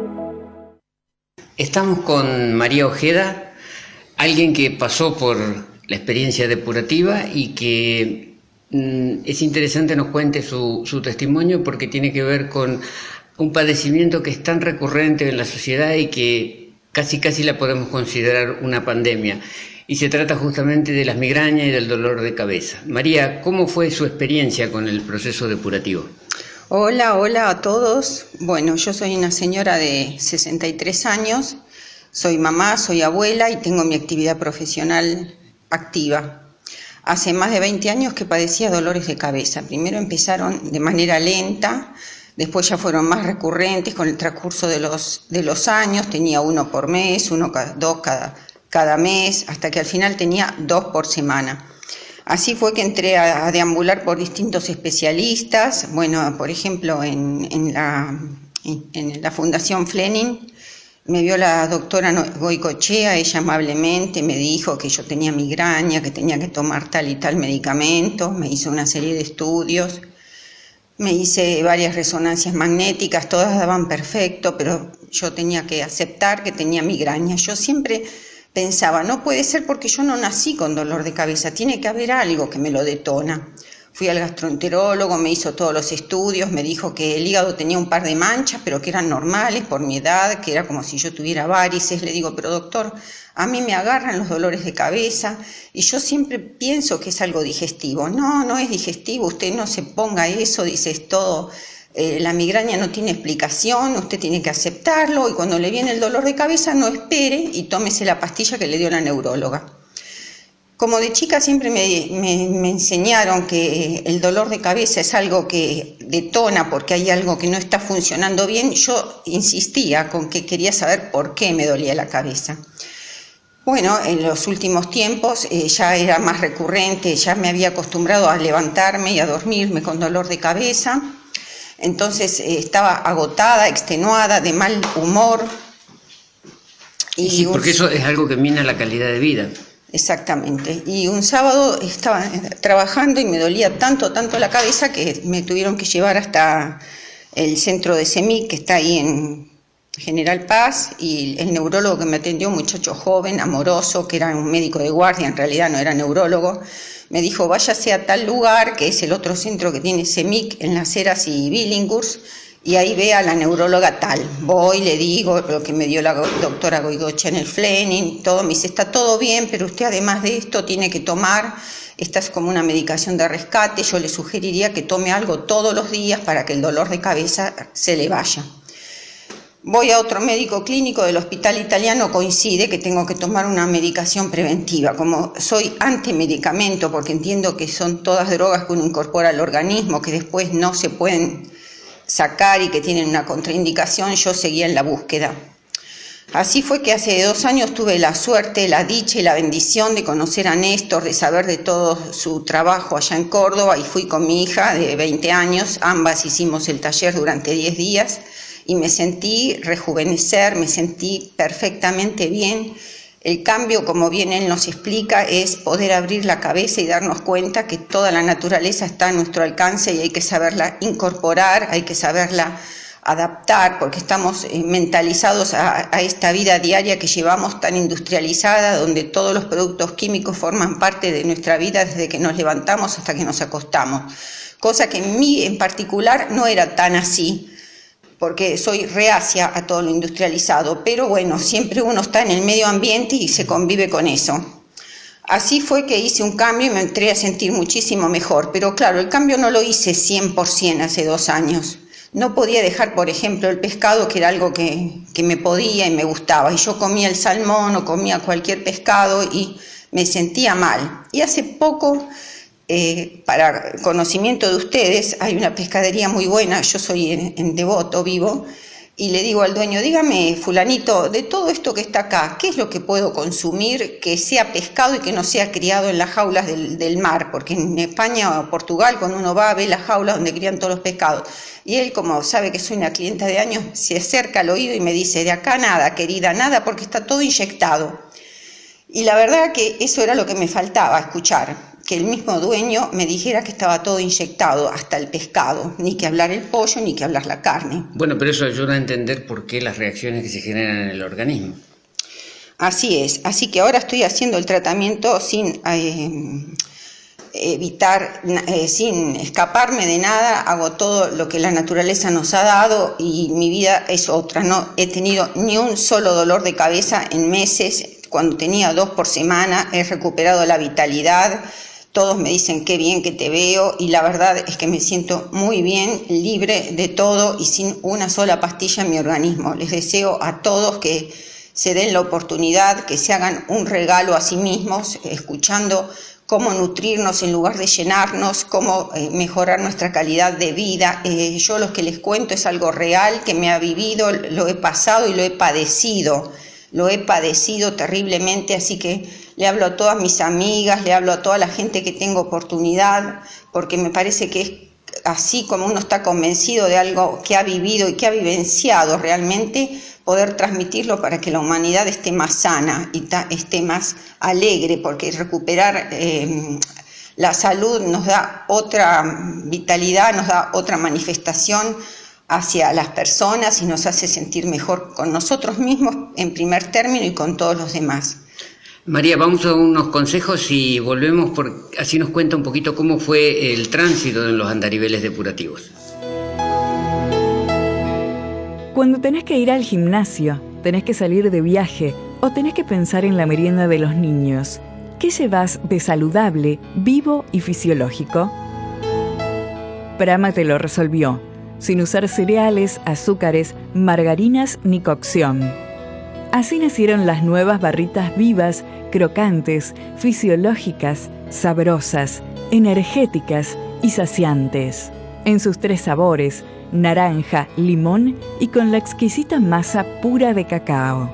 Estamos con María Ojeda, alguien que pasó por la experiencia depurativa y que es interesante nos cuente su testimonio porque tiene que ver con un padecimiento que es tan recurrente en la sociedad y que casi la podemos considerar una pandemia. Y se trata justamente de las migrañas y del dolor de cabeza. María, ¿cómo fue su experiencia con el proceso depurativo? Hola a todos. Bueno, yo soy una señora de 63 años, soy mamá, soy abuela y tengo mi actividad profesional activa. Hace más de 20 años que padecía dolores de cabeza. Primero empezaron de manera lenta, después ya fueron más recurrentes con el transcurso de los años. Tenía uno por mes, dos cada mes, hasta que al final tenía 2 por semana. Así fue que entré a deambular por distintos especialistas. Bueno, por ejemplo, en la Fundación Fleming me vio la doctora Goicoechea. Ella amablemente me dijo que yo tenía migraña, que tenía que tomar tal y tal medicamento. Me hizo una serie de estudios, me hice varias resonancias magnéticas, todas daban perfecto, pero yo tenía que aceptar que tenía migraña. Yo siempre pensaba, no puede ser porque yo no nací con dolor de cabeza, tiene que haber algo que me lo detona. Fui al gastroenterólogo, me hizo todos los estudios, me dijo que el hígado tenía un par de manchas, pero que eran normales por mi edad, que era como si yo tuviera varices. Le digo, pero doctor, a mí me agarran los dolores de cabeza y yo siempre pienso que es algo digestivo. No es digestivo, usted no se ponga eso, dice, es todo, la migraña no tiene explicación, usted tiene que aceptarlo y cuando le viene el dolor de cabeza no espere y tómese la pastilla que le dio la neuróloga. Como de chica siempre me enseñaron que el dolor de cabeza es algo que detona porque hay algo que no está funcionando bien. Yo insistía con que quería saber por qué me dolía la cabeza. Bueno, en los últimos tiempos ya era más recurrente, ya me había acostumbrado a levantarme y a dormirme con dolor de cabeza. Entonces estaba agotada, extenuada, de mal humor. Y sí, porque eso es algo que mina la calidad de vida. Exactamente. Y un sábado estaba trabajando y me dolía tanto la cabeza que me tuvieron que llevar hasta el centro de CEMIC, que está ahí en General Paz, y el neurólogo que me atendió, un muchacho joven, amoroso, que era un médico de guardia, en realidad no era neurólogo, me dijo, váyase a tal lugar, que es el otro centro que tiene CEMIC, en Las Heras y Billinghurst, y ahí ve a la neuróloga tal. Voy, le digo lo que me dio la doctora Goicoechea en el Fleming, todo, me dice, está todo bien, pero usted además de esto tiene que tomar, esta es como una medicación de rescate, yo le sugeriría que tome algo todos los días para que el dolor de cabeza se le vaya. Voy a otro médico clínico del hospital italiano, coincide que tengo que tomar una medicación preventiva. Como soy antimedicamento, porque entiendo que son todas drogas que uno incorpora al organismo, que después no se pueden sacar y que tienen una contraindicación, yo seguía en la búsqueda. Así fue que hace 2 años tuve la suerte, la dicha y la bendición de conocer a Néstor, de saber de todo su trabajo allá en Córdoba, y fui con mi hija de 20 años, ambas hicimos el taller durante 10 días, y me sentí rejuvenecer, me sentí perfectamente bien. El cambio, como bien él nos explica, es poder abrir la cabeza y darnos cuenta que toda la naturaleza está a nuestro alcance y hay que saberla incorporar, hay que saberla adaptar, porque estamos mentalizados a esta vida diaria que llevamos tan industrializada, donde todos los productos químicos forman parte de nuestra vida desde que nos levantamos hasta que nos acostamos. Cosa que en mí en particular no era tan así, porque soy reacia a todo lo industrializado, pero bueno, siempre uno está en el medio ambiente y se convive con eso. Así fue que hice un cambio y me entré a sentir muchísimo mejor, pero claro, el cambio no lo hice 100% hace 2 años. No podía dejar, por ejemplo, el pescado, que era algo que me podía y me gustaba, y yo comía el salmón o comía cualquier pescado y me sentía mal. Y hace poco, para conocimiento de ustedes, hay una pescadería muy buena, yo soy en Devoto, vivo, y le digo al dueño, dígame, fulanito, de todo esto que está acá, ¿qué es lo que puedo consumir que sea pescado y que no sea criado en las jaulas del mar? Porque en España o Portugal, cuando uno va a ver las jaulas donde crían todos los pescados. Y él, como sabe que soy una clienta de años, se acerca al oído y me dice, de acá nada, querida, nada, porque está todo inyectado. Y la verdad que eso era lo que me faltaba escuchar, que el mismo dueño me dijera que estaba todo inyectado, hasta el pescado, ni que hablar el pollo, ni que hablar la carne. Bueno, pero eso ayuda a entender por qué las reacciones que se generan en el organismo. Así es, así que ahora estoy haciendo el tratamiento sin sin escaparme de nada, hago todo lo que la naturaleza nos ha dado y mi vida es otra. No he tenido ni un solo dolor de cabeza en meses. Cuando tenía 2 por semana he recuperado la vitalidad. Todos me dicen qué bien que te veo y la verdad es que me siento muy bien, libre de todo y sin una sola pastilla en mi organismo. Les deseo a todos que se den la oportunidad, que se hagan un regalo a sí mismos, escuchando cómo nutrirnos en lugar de llenarnos, cómo mejorar nuestra calidad de vida. Yo lo que les cuento es algo real que me ha vivido, lo he pasado y lo he padecido terriblemente, así que le hablo a todas mis amigas, le hablo a toda la gente que tengo oportunidad, porque me parece que es así como uno está convencido de algo que ha vivido y que ha vivenciado realmente, poder transmitirlo para que la humanidad esté más sana y esté más alegre, porque recuperar la salud nos da otra vitalidad, nos da otra manifestación hacia las personas y nos hace sentir mejor con nosotros mismos en primer término y con todos los demás. María, vamos a unos consejos y volvemos, así nos cuenta un poquito cómo fue el tránsito en los andariveles depurativos. Cuando tenés que ir al gimnasio, tenés que salir de viaje o tenés que pensar en la merienda de los niños, ¿qué llevas de saludable, vivo y fisiológico? Prama te lo resolvió, sin usar cereales, azúcares, margarinas ni cocción. Así nacieron las nuevas barritas vivas, crocantes, fisiológicas, sabrosas, energéticas y saciantes. En sus 3 sabores, naranja, limón y con la exquisita masa pura de cacao.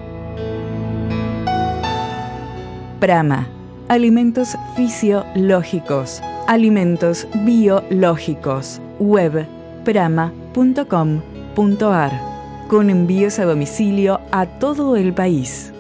Prama, alimentos fisiológicos, alimentos biológicos, web prama.com.ar, con envíos a domicilio a todo el país.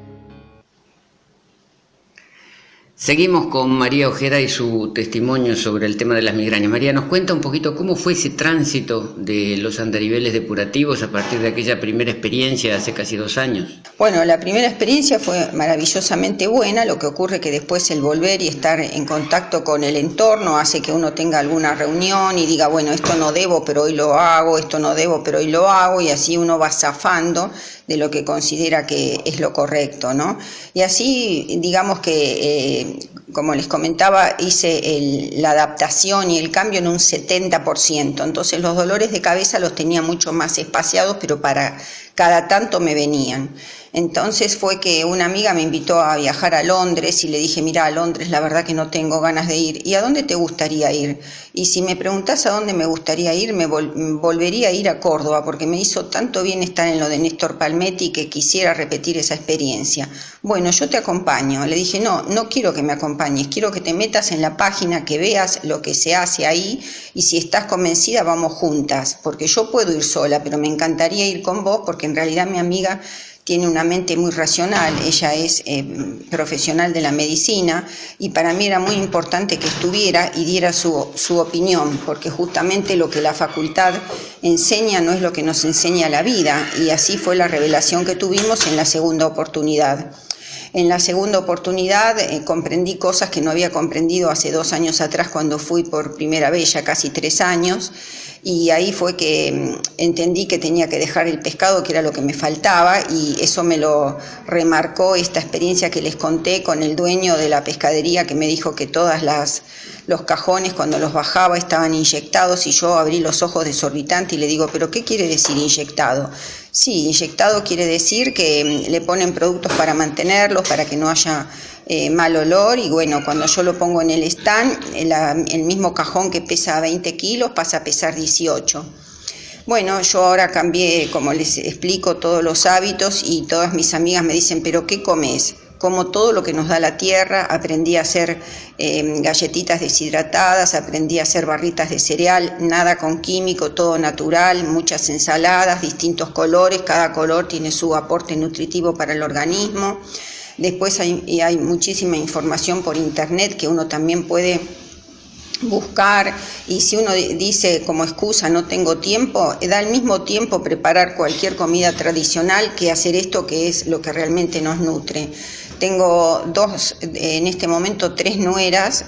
Seguimos con María Ojeda y su testimonio sobre el tema de las migrañas. María, nos cuenta un poquito cómo fue ese tránsito de los andariveles depurativos a partir de aquella primera experiencia hace casi 2 años. Bueno, la primera experiencia fue maravillosamente buena, lo que ocurre que después el volver y estar en contacto con el entorno hace que uno tenga alguna reunión y diga, bueno, esto no debo, pero hoy lo hago, esto no debo, pero hoy lo hago, y así uno va zafando de lo que considera que es lo correcto, ¿no? Y así, digamos que como les comentaba, hice la adaptación y el cambio en un 70%, entonces los dolores de cabeza los tenía mucho más espaciados, pero para cada tanto me venían. Entonces fue que una amiga me invitó a viajar a Londres y le dije, mira, a Londres la verdad que no tengo ganas de ir. ¿Y a dónde te gustaría ir? Y si me preguntás a dónde me gustaría ir, me volvería a ir a Córdoba, porque me hizo tanto bien estar en lo de Néstor Palmetti que quisiera repetir esa experiencia. Bueno, yo te acompaño. Le dije, no quiero que me acompañes, quiero que te metas en la página, que veas lo que se hace ahí y si estás convencida vamos juntas, porque yo puedo ir sola, pero me encantaría ir con vos porque en realidad mi amiga tiene una mente muy racional, ella es profesional de la medicina y para mí era muy importante que estuviera y diera su opinión, porque justamente lo que la facultad enseña no es lo que nos enseña la vida, y así fue la revelación que tuvimos en la segunda oportunidad. En la segunda oportunidad comprendí cosas que no había comprendido hace 2 años atrás cuando fui por primera vez, ya casi 3 años, y ahí fue que entendí que tenía que dejar el pescado, que era lo que me faltaba, y eso me lo remarcó esta experiencia que les conté con el dueño de la pescadería, que me dijo que todas los cajones cuando los bajaba estaban inyectados, y yo abrí los ojos desorbitante y le digo, ¿pero qué quiere decir inyectado? Sí, inyectado quiere decir que le ponen productos para mantenerlos, para que no haya mal olor, y bueno, cuando yo lo pongo en el stand, el mismo cajón que pesa 20 kilos pasa a pesar 18. Bueno, yo ahora cambié, como les explico, todos los hábitos y todas mis amigas me dicen, ¿pero qué comes? Como todo lo que nos da la tierra, aprendí a hacer galletitas deshidratadas, aprendí a hacer barritas de cereal, nada con químico, todo natural, muchas ensaladas, distintos colores, cada color tiene su aporte nutritivo para el organismo. Después hay muchísima información por internet que uno también puede buscar, y si uno dice como excusa no tengo tiempo, da al mismo tiempo preparar cualquier comida tradicional que hacer esto, que es lo que realmente nos nutre. Tengo en este momento 3 nueras,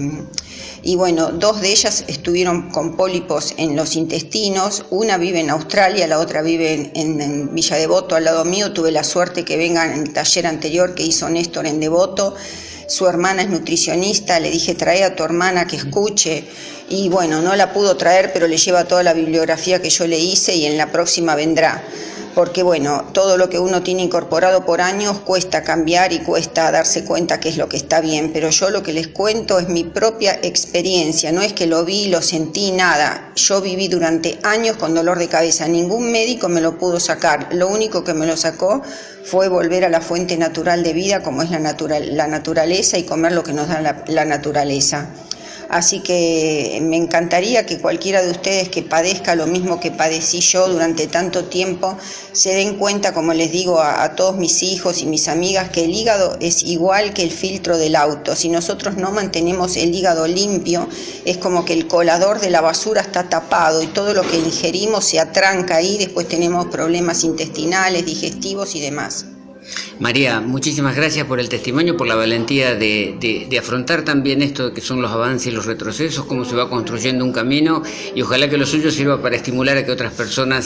y bueno, 2 de ellas estuvieron con pólipos en los intestinos, una vive en Australia, la otra vive en Villa Devoto al lado mío. Tuve la suerte que vengan en el taller anterior que hizo Néstor en Devoto. Su hermana es nutricionista, le dije trae a tu hermana que escuche, y bueno, no la pudo traer, pero le lleva toda la bibliografía que yo le hice y en la próxima vendrá. Porque bueno, todo lo que uno tiene incorporado por años cuesta cambiar y cuesta darse cuenta qué es lo que está bien, pero yo lo que les cuento es mi propia experiencia, no es que lo vi, lo sentí, nada. Yo viví durante años con dolor de cabeza, ningún médico me lo pudo sacar, lo único que me lo sacó fue volver a la fuente natural de vida como es la naturaleza y comer lo que nos da la naturaleza. Así que me encantaría que cualquiera de ustedes que padezca lo mismo que padecí yo durante tanto tiempo, se den cuenta, como les digo a todos mis hijos y mis amigas, que el hígado es igual que el filtro del auto. Si nosotros no mantenemos el hígado limpio, es como que el colador de la basura está tapado y todo lo que ingerimos se atranca ahí, después tenemos problemas intestinales, digestivos y demás. María, muchísimas gracias por el testimonio, por la valentía de afrontar también esto que son los avances y los retrocesos, cómo se va construyendo un camino, y ojalá que lo suyo sirva para estimular a que otras personas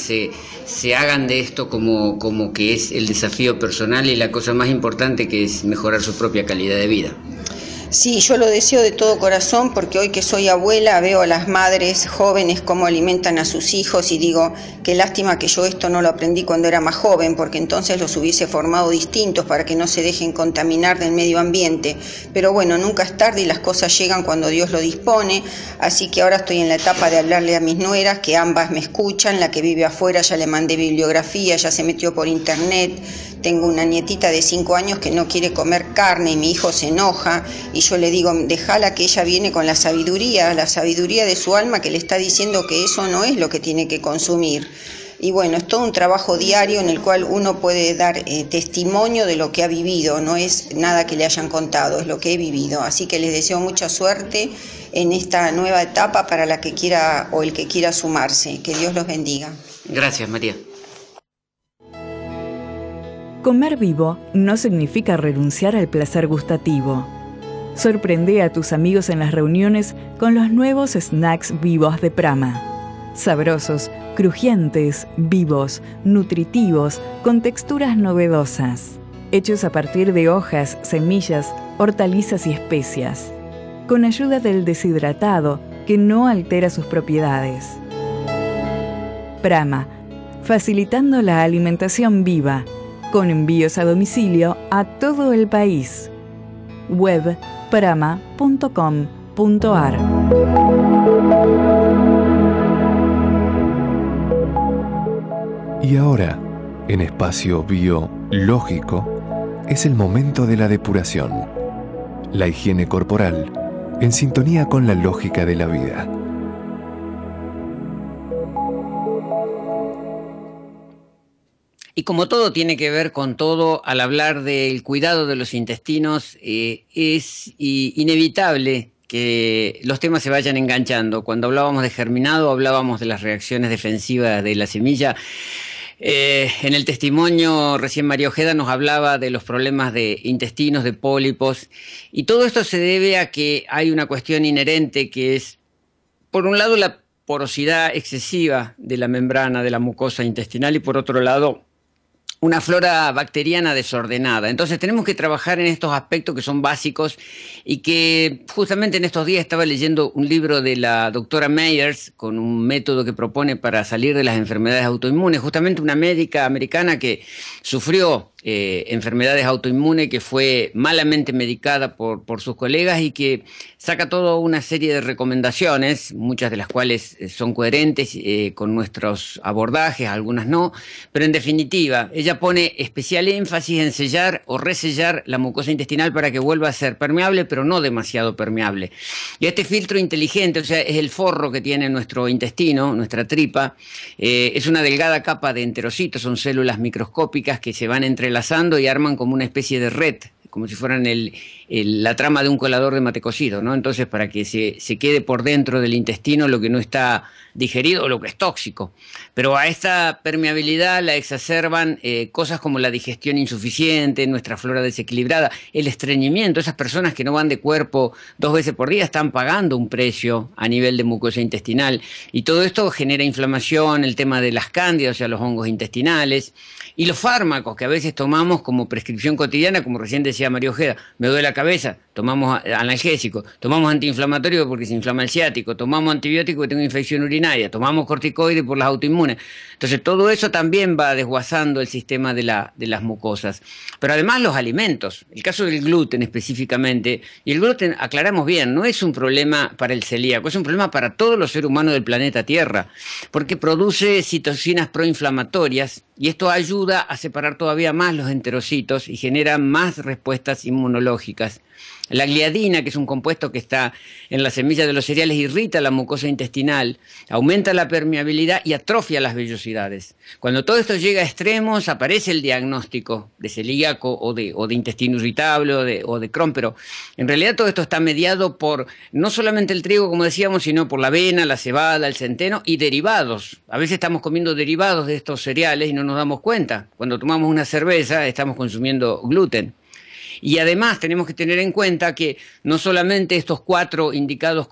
se hagan de esto como que es el desafío personal y la cosa más importante, que es mejorar su propia calidad de vida. Sí, yo lo deseo de todo corazón, porque hoy que soy abuela veo a las madres jóvenes cómo alimentan a sus hijos y digo, qué lástima que yo esto no lo aprendí cuando era más joven, porque entonces los hubiese formado distintos para que no se dejen contaminar del medio ambiente. Pero bueno, nunca es tarde y las cosas llegan cuando Dios lo dispone, así que ahora estoy en la etapa de hablarle a mis nueras, que ambas me escuchan. La que vive afuera ya le mandé bibliografía, ya se metió por internet. Tengo una nietita de 5 años que no quiere comer carne y mi hijo se enoja, y yo le digo, déjala, que ella viene con la sabiduría de su alma, que le está diciendo que eso no es lo que tiene que consumir. Y bueno, es todo un trabajo diario en el cual uno puede dar testimonio de lo que ha vivido, no es nada que le hayan contado, es lo que he vivido. Así que les deseo mucha suerte en esta nueva etapa para la que quiera o el que quiera sumarse. Que Dios los bendiga. Gracias, María. Comer vivo no significa renunciar al placer gustativo. Sorprende a tus amigos en las reuniones con los nuevos snacks vivos de Prama. Sabrosos, crujientes, vivos, nutritivos, con texturas novedosas. hechos a partir de hojas, semillas, hortalizas y especias, con ayuda del deshidratado que no altera sus propiedades. Prama, facilitando la alimentación viva, con envíos a domicilio a todo el país. Web prama.com.ar. Y ahora, en Espacio Biológico, es el momento de la depuración, la higiene corporal, en sintonía con la lógica de la vida. Y como todo tiene que ver con todo, al hablar del cuidado de los intestinos, es inevitable que los temas se vayan enganchando. Cuando hablábamos de germinado, hablábamos de las reacciones defensivas de la semilla. En el testimonio recién María Ojeda nos hablaba de los problemas de intestinos, de pólipos, y todo esto se debe a que hay una cuestión inherente que es, por un lado, la porosidad excesiva de la membrana de la mucosa intestinal y por otro lado, una flora bacteriana desordenada. Entonces tenemos que trabajar en estos aspectos que son básicos y que justamente en estos días estaba leyendo un libro de la doctora Meyers con un método que propone para salir de las enfermedades autoinmunes, justamente una médica americana que sufrió enfermedades autoinmunes, que fue malamente medicada por sus colegas y que saca toda una serie de recomendaciones, muchas de las cuales son coherentes con nuestros abordajes, algunas no, pero en definitiva, ella pone especial énfasis en sellar o resellar la mucosa intestinal para que vuelva a ser permeable, pero no demasiado permeable. Y este filtro inteligente, o sea, es el forro que tiene nuestro intestino, nuestra tripa, es una delgada capa de enterocitos, son células microscópicas que se van entrelazando y arman como una especie de red, como si fueran la trama de un colador de mate cocido, ¿no? Entonces, para que se quede por dentro del intestino lo que no está digerido o lo que es tóxico. Pero a esta permeabilidad la exacerban cosas como la digestión insuficiente, nuestra flora desequilibrada, el estreñimiento. Esas personas que no van de cuerpo 2 veces por día están pagando un precio a nivel de mucosa intestinal. Y todo esto genera inflamación, el tema de las cándidas, o sea, los hongos intestinales. Y los fármacos que a veces tomamos como prescripción cotidiana, como recién decía María Ojeda, me duele la cabeza, tomamos analgésico, tomamos antiinflamatorio porque se inflama el ciático, tomamos antibiótico porque tengo infección urinaria, tomamos corticoides por las autoinmunes. Entonces todo eso también va desguazando el sistema de las mucosas. Pero además los alimentos, el caso del gluten específicamente, y el gluten, aclaramos bien, no es un problema para el celíaco, es un problema para todos los seres humanos del planeta Tierra, porque produce citocinas proinflamatorias, y esto ayuda a separar todavía más los enterocitos y genera más respuestas inmunológicas. La gliadina, que es un compuesto que está en las semillas de los cereales, irrita la mucosa intestinal, aumenta la permeabilidad y atrofia las vellosidades. Cuando todo esto llega a extremos, aparece el diagnóstico de celíaco o de intestino irritable o de Crohn, pero en realidad todo esto está mediado por no solamente el trigo, como decíamos, sino por la avena, la cebada, el centeno y derivados. A veces estamos comiendo derivados de estos cereales y no nos damos cuenta. Cuando tomamos una cerveza estamos consumiendo gluten. Y además tenemos que tener en cuenta que no solamente estos 4 indicados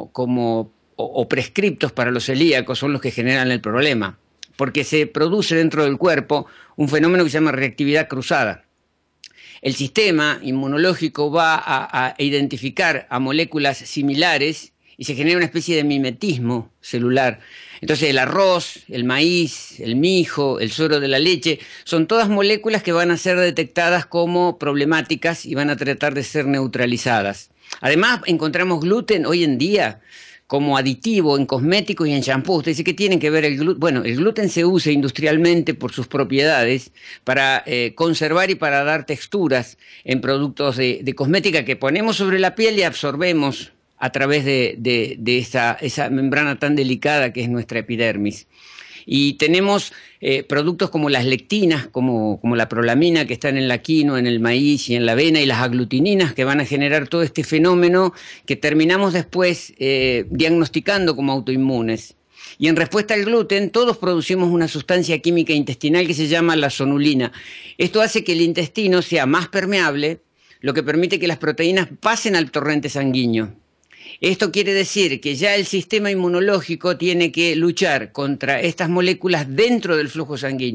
o prescriptos para los celíacos son los que generan el problema, porque se produce dentro del cuerpo un fenómeno que se llama reactividad cruzada. El sistema inmunológico va a identificar a moléculas similares y se genera una especie de mimetismo celular. Entonces el arroz, el maíz, el mijo, el suero de la leche, son todas moléculas que van a ser detectadas como problemáticas y van a tratar de ser neutralizadas. Además, encontramos gluten hoy en día como aditivo en cosméticos y en champú. Usted dice, ¿qué tiene que ver el gluten? Bueno, el gluten se usa industrialmente por sus propiedades para conservar y para dar texturas en productos de cosmética que ponemos sobre la piel y absorbemos a través de esa membrana tan delicada que es nuestra epidermis. Y tenemos productos como las lectinas, como la prolamina que están en la quinoa, en el maíz y en la avena, y las aglutininas que van a generar todo este fenómeno que terminamos después diagnosticando como autoinmunes. Y en respuesta al gluten, todos producimos una sustancia química intestinal que se llama la sonulina. Esto hace que el intestino sea más permeable, lo que permite que las proteínas pasen al torrente sanguíneo. Esto quiere decir que ya el sistema inmunológico tiene que luchar contra estas moléculas dentro del flujo sanguíneo.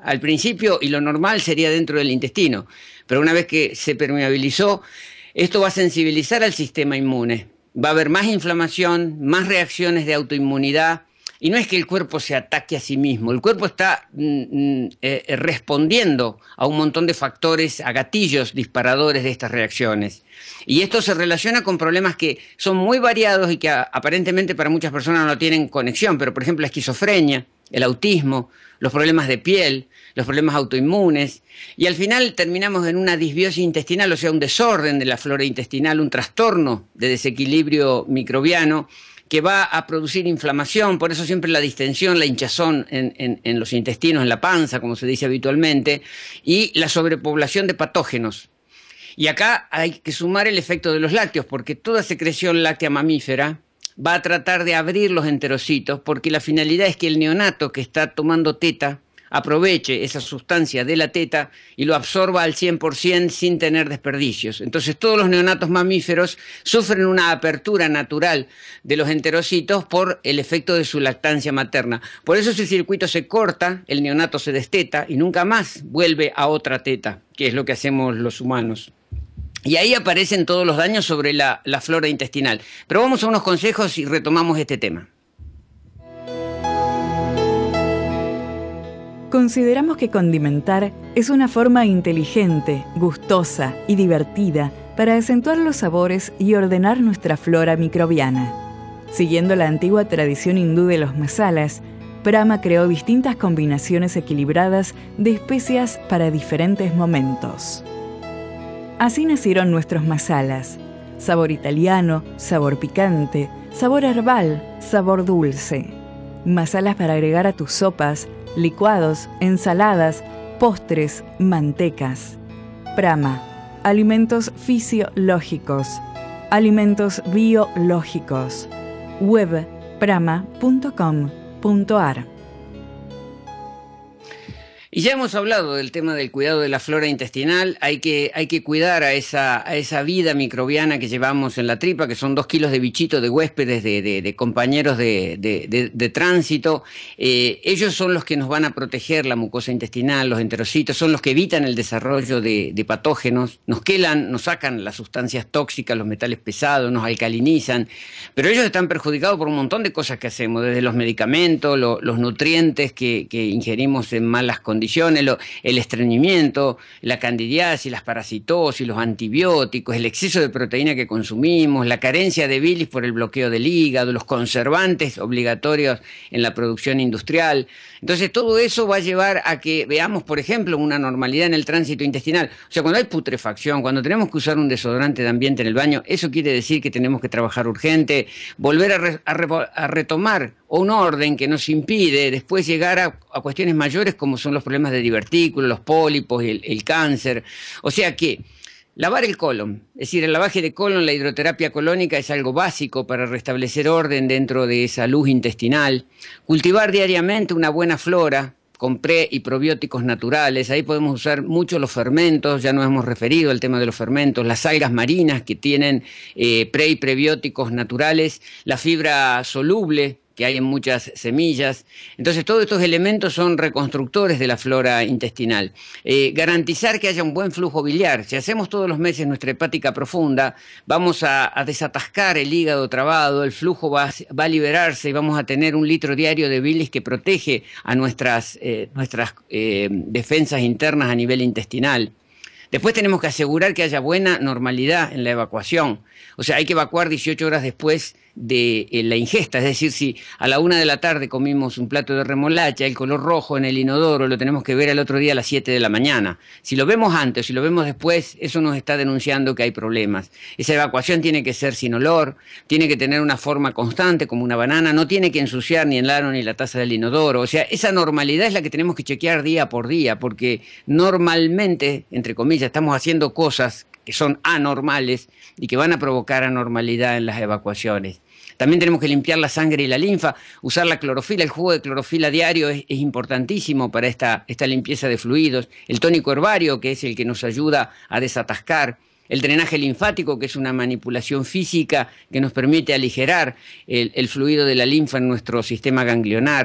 al principio y lo normal sería dentro del intestino, pero una vez que se permeabilizó, esto va a sensibilizar al sistema inmune. Va a haber más inflamación, más reacciones de autoinmunidad, y no es que el cuerpo se ataque a sí mismo, el cuerpo está respondiendo a un montón de factores, a gatillos disparadores de estas reacciones. Y esto se relaciona con problemas que son muy variados y que aparentemente para muchas personas no tienen conexión, pero por ejemplo la esquizofrenia, el autismo, los problemas de piel, los problemas autoinmunes, y al final terminamos en una disbiosis intestinal, o sea, un desorden de la flora intestinal, un trastorno de desequilibrio microbiano que va a producir inflamación. Por eso siempre la distensión, la hinchazón en los intestinos, en la panza, como se dice habitualmente, y la sobrepoblación de patógenos. Y acá hay que sumar el efecto de los lácteos, porque toda secreción láctea mamífera va a tratar de abrir los enterocitos, porque la finalidad es que el neonato que está tomando teta aproveche esa sustancia de la teta y lo absorba al 100% sin tener desperdicios. Entonces todos los neonatos mamíferos sufren una apertura natural de los enterocitos por el efecto de su lactancia materna. Por eso ese circuito se corta, el neonato se desteta y nunca más vuelve a otra teta, que es lo que hacemos los humanos. Y ahí aparecen todos los daños sobre la flora intestinal. Pero vamos a unos consejos y retomamos este tema. Consideramos que condimentar es una forma inteligente, gustosa y divertida para acentuar los sabores y ordenar nuestra flora microbiana. Siguiendo la antigua tradición hindú de los masalas, Brahma creó distintas combinaciones equilibradas de especias para diferentes momentos. Así nacieron nuestros masalas: sabor italiano, sabor picante, sabor herbal, sabor dulce. Masalas para agregar a tus sopas, licuados, ensaladas, postres, mantecas. Prama, alimentos fisiológicos, alimentos biológicos. Web prama.com.ar. Y ya hemos hablado del tema del cuidado de la flora intestinal. Hay que cuidar a esa vida microbiana que llevamos en la tripa, que son 2 kilos de bichitos, de huéspedes, de compañeros de tránsito. Ellos son los que nos van a proteger la mucosa intestinal, los enterocitos, son los que evitan el desarrollo de patógenos, nos quelan, nos sacan las sustancias tóxicas, los metales pesados, nos alcalinizan. Pero ellos están perjudicados por un montón de cosas que hacemos, desde los medicamentos, los nutrientes que ingerimos en malas condiciones, el estreñimiento, la candidiasis, las parasitosis, los antibióticos, el exceso de proteína que consumimos, la carencia de bilis por el bloqueo del hígado, los conservantes obligatorios en la producción industrial. Entonces todo eso va a llevar a que veamos, por ejemplo, una normalidad en el tránsito intestinal. O sea, cuando hay putrefacción, cuando tenemos que usar un desodorante de ambiente en el baño, eso quiere decir que tenemos que trabajar urgente, volver a retomar un orden que nos impide después llegar a cuestiones mayores como son los problemas de divertículos, los pólipos, el cáncer. O sea que lavar el colon, es decir, el lavaje de colon, la hidroterapia colónica es algo básico para restablecer orden dentro de esa luz intestinal. Cultivar diariamente una buena flora con pre y probióticos naturales. Ahí podemos usar mucho los fermentos, ya nos hemos referido al tema de los fermentos, las algas marinas que tienen pre y prebióticos naturales, la fibra soluble que hay en muchas semillas. Entonces todos estos elementos son reconstructores de la flora intestinal. Garantizar que haya un buen flujo biliar. Si hacemos todos los meses nuestra hepática profunda, vamos a desatascar el hígado trabado, el flujo va a liberarse y vamos a tener 1 litro diario de bilis que protege a nuestras defensas internas a nivel intestinal. Después tenemos que asegurar que haya buena normalidad en la evacuación. O sea, hay que evacuar 18 horas después de la ingesta. Es decir, si a la 1 de la tarde comimos un plato de remolacha, el color rojo en el inodoro lo tenemos que ver al otro día a las 7 de la mañana. Si lo vemos antes, si lo vemos después, eso nos está denunciando que hay problemas. Esa evacuación tiene que ser sin olor, tiene que tener una forma constante como una banana, no tiene que ensuciar ni el aro ni la taza del inodoro. O sea, esa normalidad es la que tenemos que chequear día por día, porque normalmente, entre comillas, estamos haciendo cosas que son anormales y que van a provocar anormalidad en las evacuaciones. También tenemos que limpiar la sangre y la linfa, usar la clorofila, el jugo de clorofila diario es importantísimo para esta limpieza de fluidos, el tónico herbario, que es el que nos ayuda a desatascar, el drenaje linfático, que es una manipulación física que nos permite aligerar el fluido de la linfa en nuestro sistema ganglionar.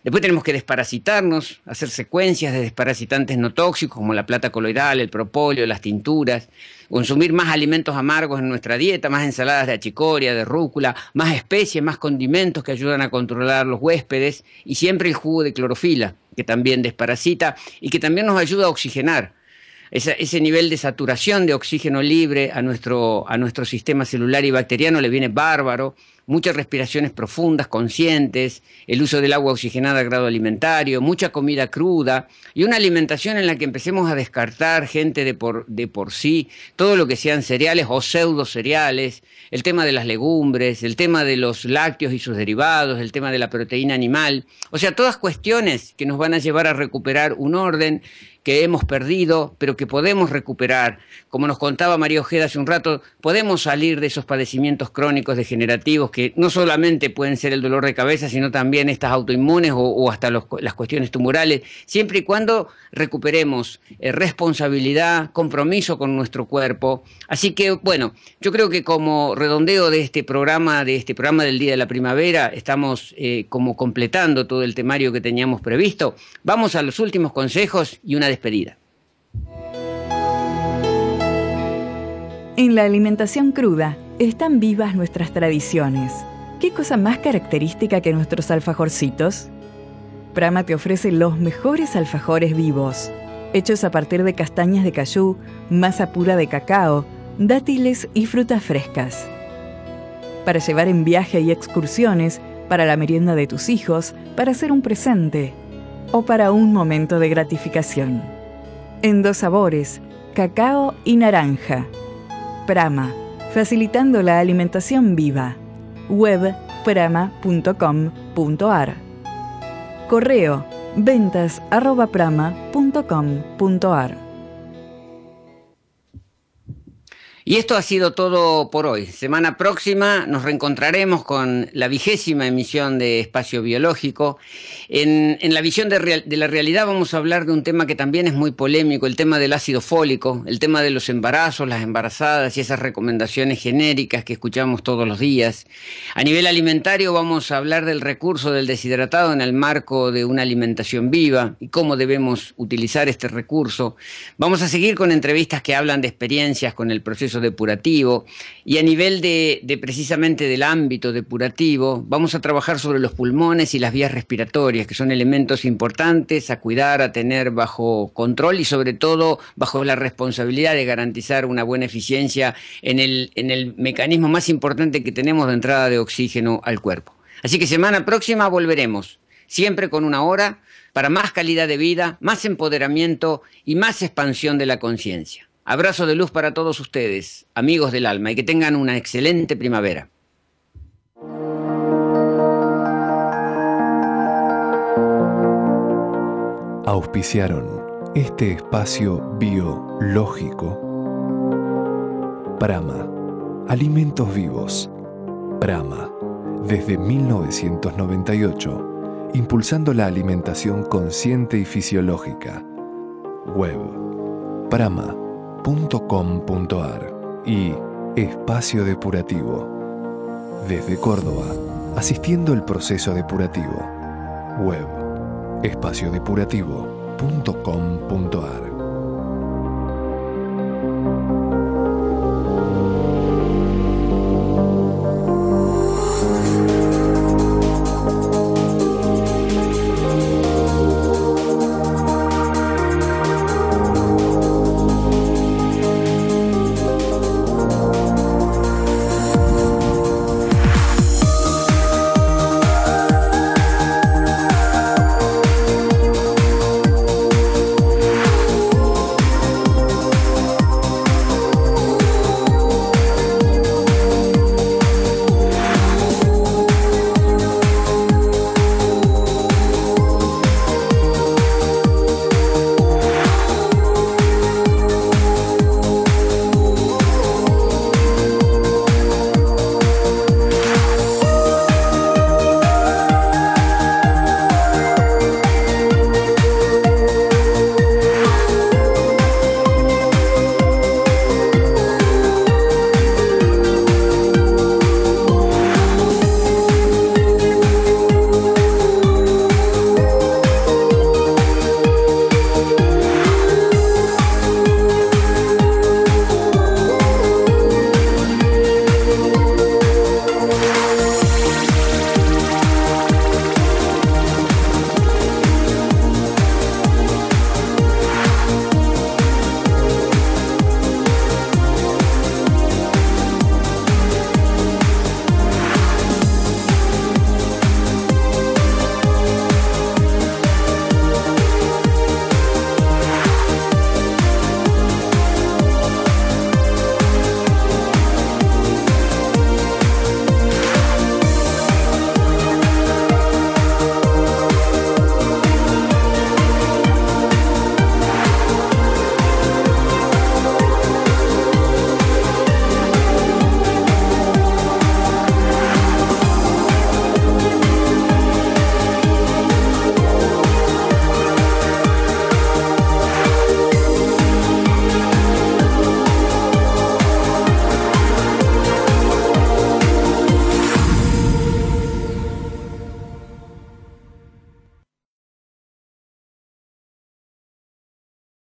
Después tenemos que desparasitarnos, hacer secuencias de desparasitantes no tóxicos como la plata coloidal, el propóleo, las tinturas, consumir más alimentos amargos en nuestra dieta, más ensaladas de achicoria, de rúcula, más especies, más condimentos que ayudan a controlar los huéspedes y siempre el jugo de clorofila, que también desparasita y que también nos ayuda a oxigenar. Ese nivel de saturación de oxígeno libre a nuestro sistema celular y bacteriano le viene bárbaro. Muchas respiraciones profundas, conscientes, el uso del agua oxigenada a grado alimentario, mucha comida cruda y una alimentación en la que empecemos a descartar gente de por sí, todo lo que sean cereales o pseudo cereales, el tema de las legumbres, el tema de los lácteos y sus derivados, el tema de la proteína animal, o sea, todas cuestiones que nos van a llevar a recuperar un orden que hemos perdido, pero que podemos recuperar. Como nos contaba María Ojeda hace un rato, podemos salir de esos padecimientos crónicos degenerativos que no solamente pueden ser el dolor de cabeza, sino también estas autoinmunes o hasta las cuestiones tumorales, siempre y cuando recuperemos responsabilidad, compromiso con nuestro cuerpo. Así que, bueno, yo creo que como redondeo de este programa del Día de la Primavera, estamos como completando todo el temario que teníamos previsto. Vamos a los últimos consejos y una despedida. En la alimentación cruda están vivas nuestras tradiciones. ¿Qué cosa más característica que nuestros alfajorcitos? Prama te ofrece los mejores alfajores vivos, hechos a partir de castañas de cayú, masa pura de cacao, dátiles y frutas frescas. Para llevar en viaje y excursiones, para la merienda de tus hijos, para hacer un presente o para un momento de gratificación. En 2 sabores, cacao y naranja. Prama, facilitando la alimentación viva. Web prama.com.ar. Correo ventas@prama.com.ar. Y esto ha sido todo por hoy. Semana próxima nos reencontraremos con la 20ª emisión de Espacio Biológico. En la visión de la realidad vamos a hablar de un tema que también es muy polémico, el tema del ácido fólico, el tema de los embarazos, las embarazadas y esas recomendaciones genéricas que escuchamos todos los días. A nivel alimentario vamos a hablar del recurso del deshidratado en el marco de una alimentación viva y cómo debemos utilizar este recurso. Vamos a seguir con entrevistas que hablan de experiencias con el proceso depurativo y a nivel de precisamente del ámbito depurativo vamos a trabajar sobre los pulmones y las vías respiratorias, que son elementos importantes a cuidar, a tener bajo control y sobre todo bajo la responsabilidad de garantizar una buena eficiencia en el mecanismo más importante que tenemos de entrada de oxígeno al cuerpo. Así que semana próxima volveremos, siempre con 1 hora, para más calidad de vida, más empoderamiento y más expansión de la conciencia. Abrazo de luz para todos ustedes, amigos del alma, y que tengan una excelente primavera. Auspiciaron este espacio biológico. Prama, alimentos vivos. Prama, desde 1998, impulsando la alimentación consciente y fisiológica. Web, prama.com.ar y Espacio Depurativo. Desde Córdoba, asistiendo el proceso depurativo. Web, espaciodepurativo.com.ar.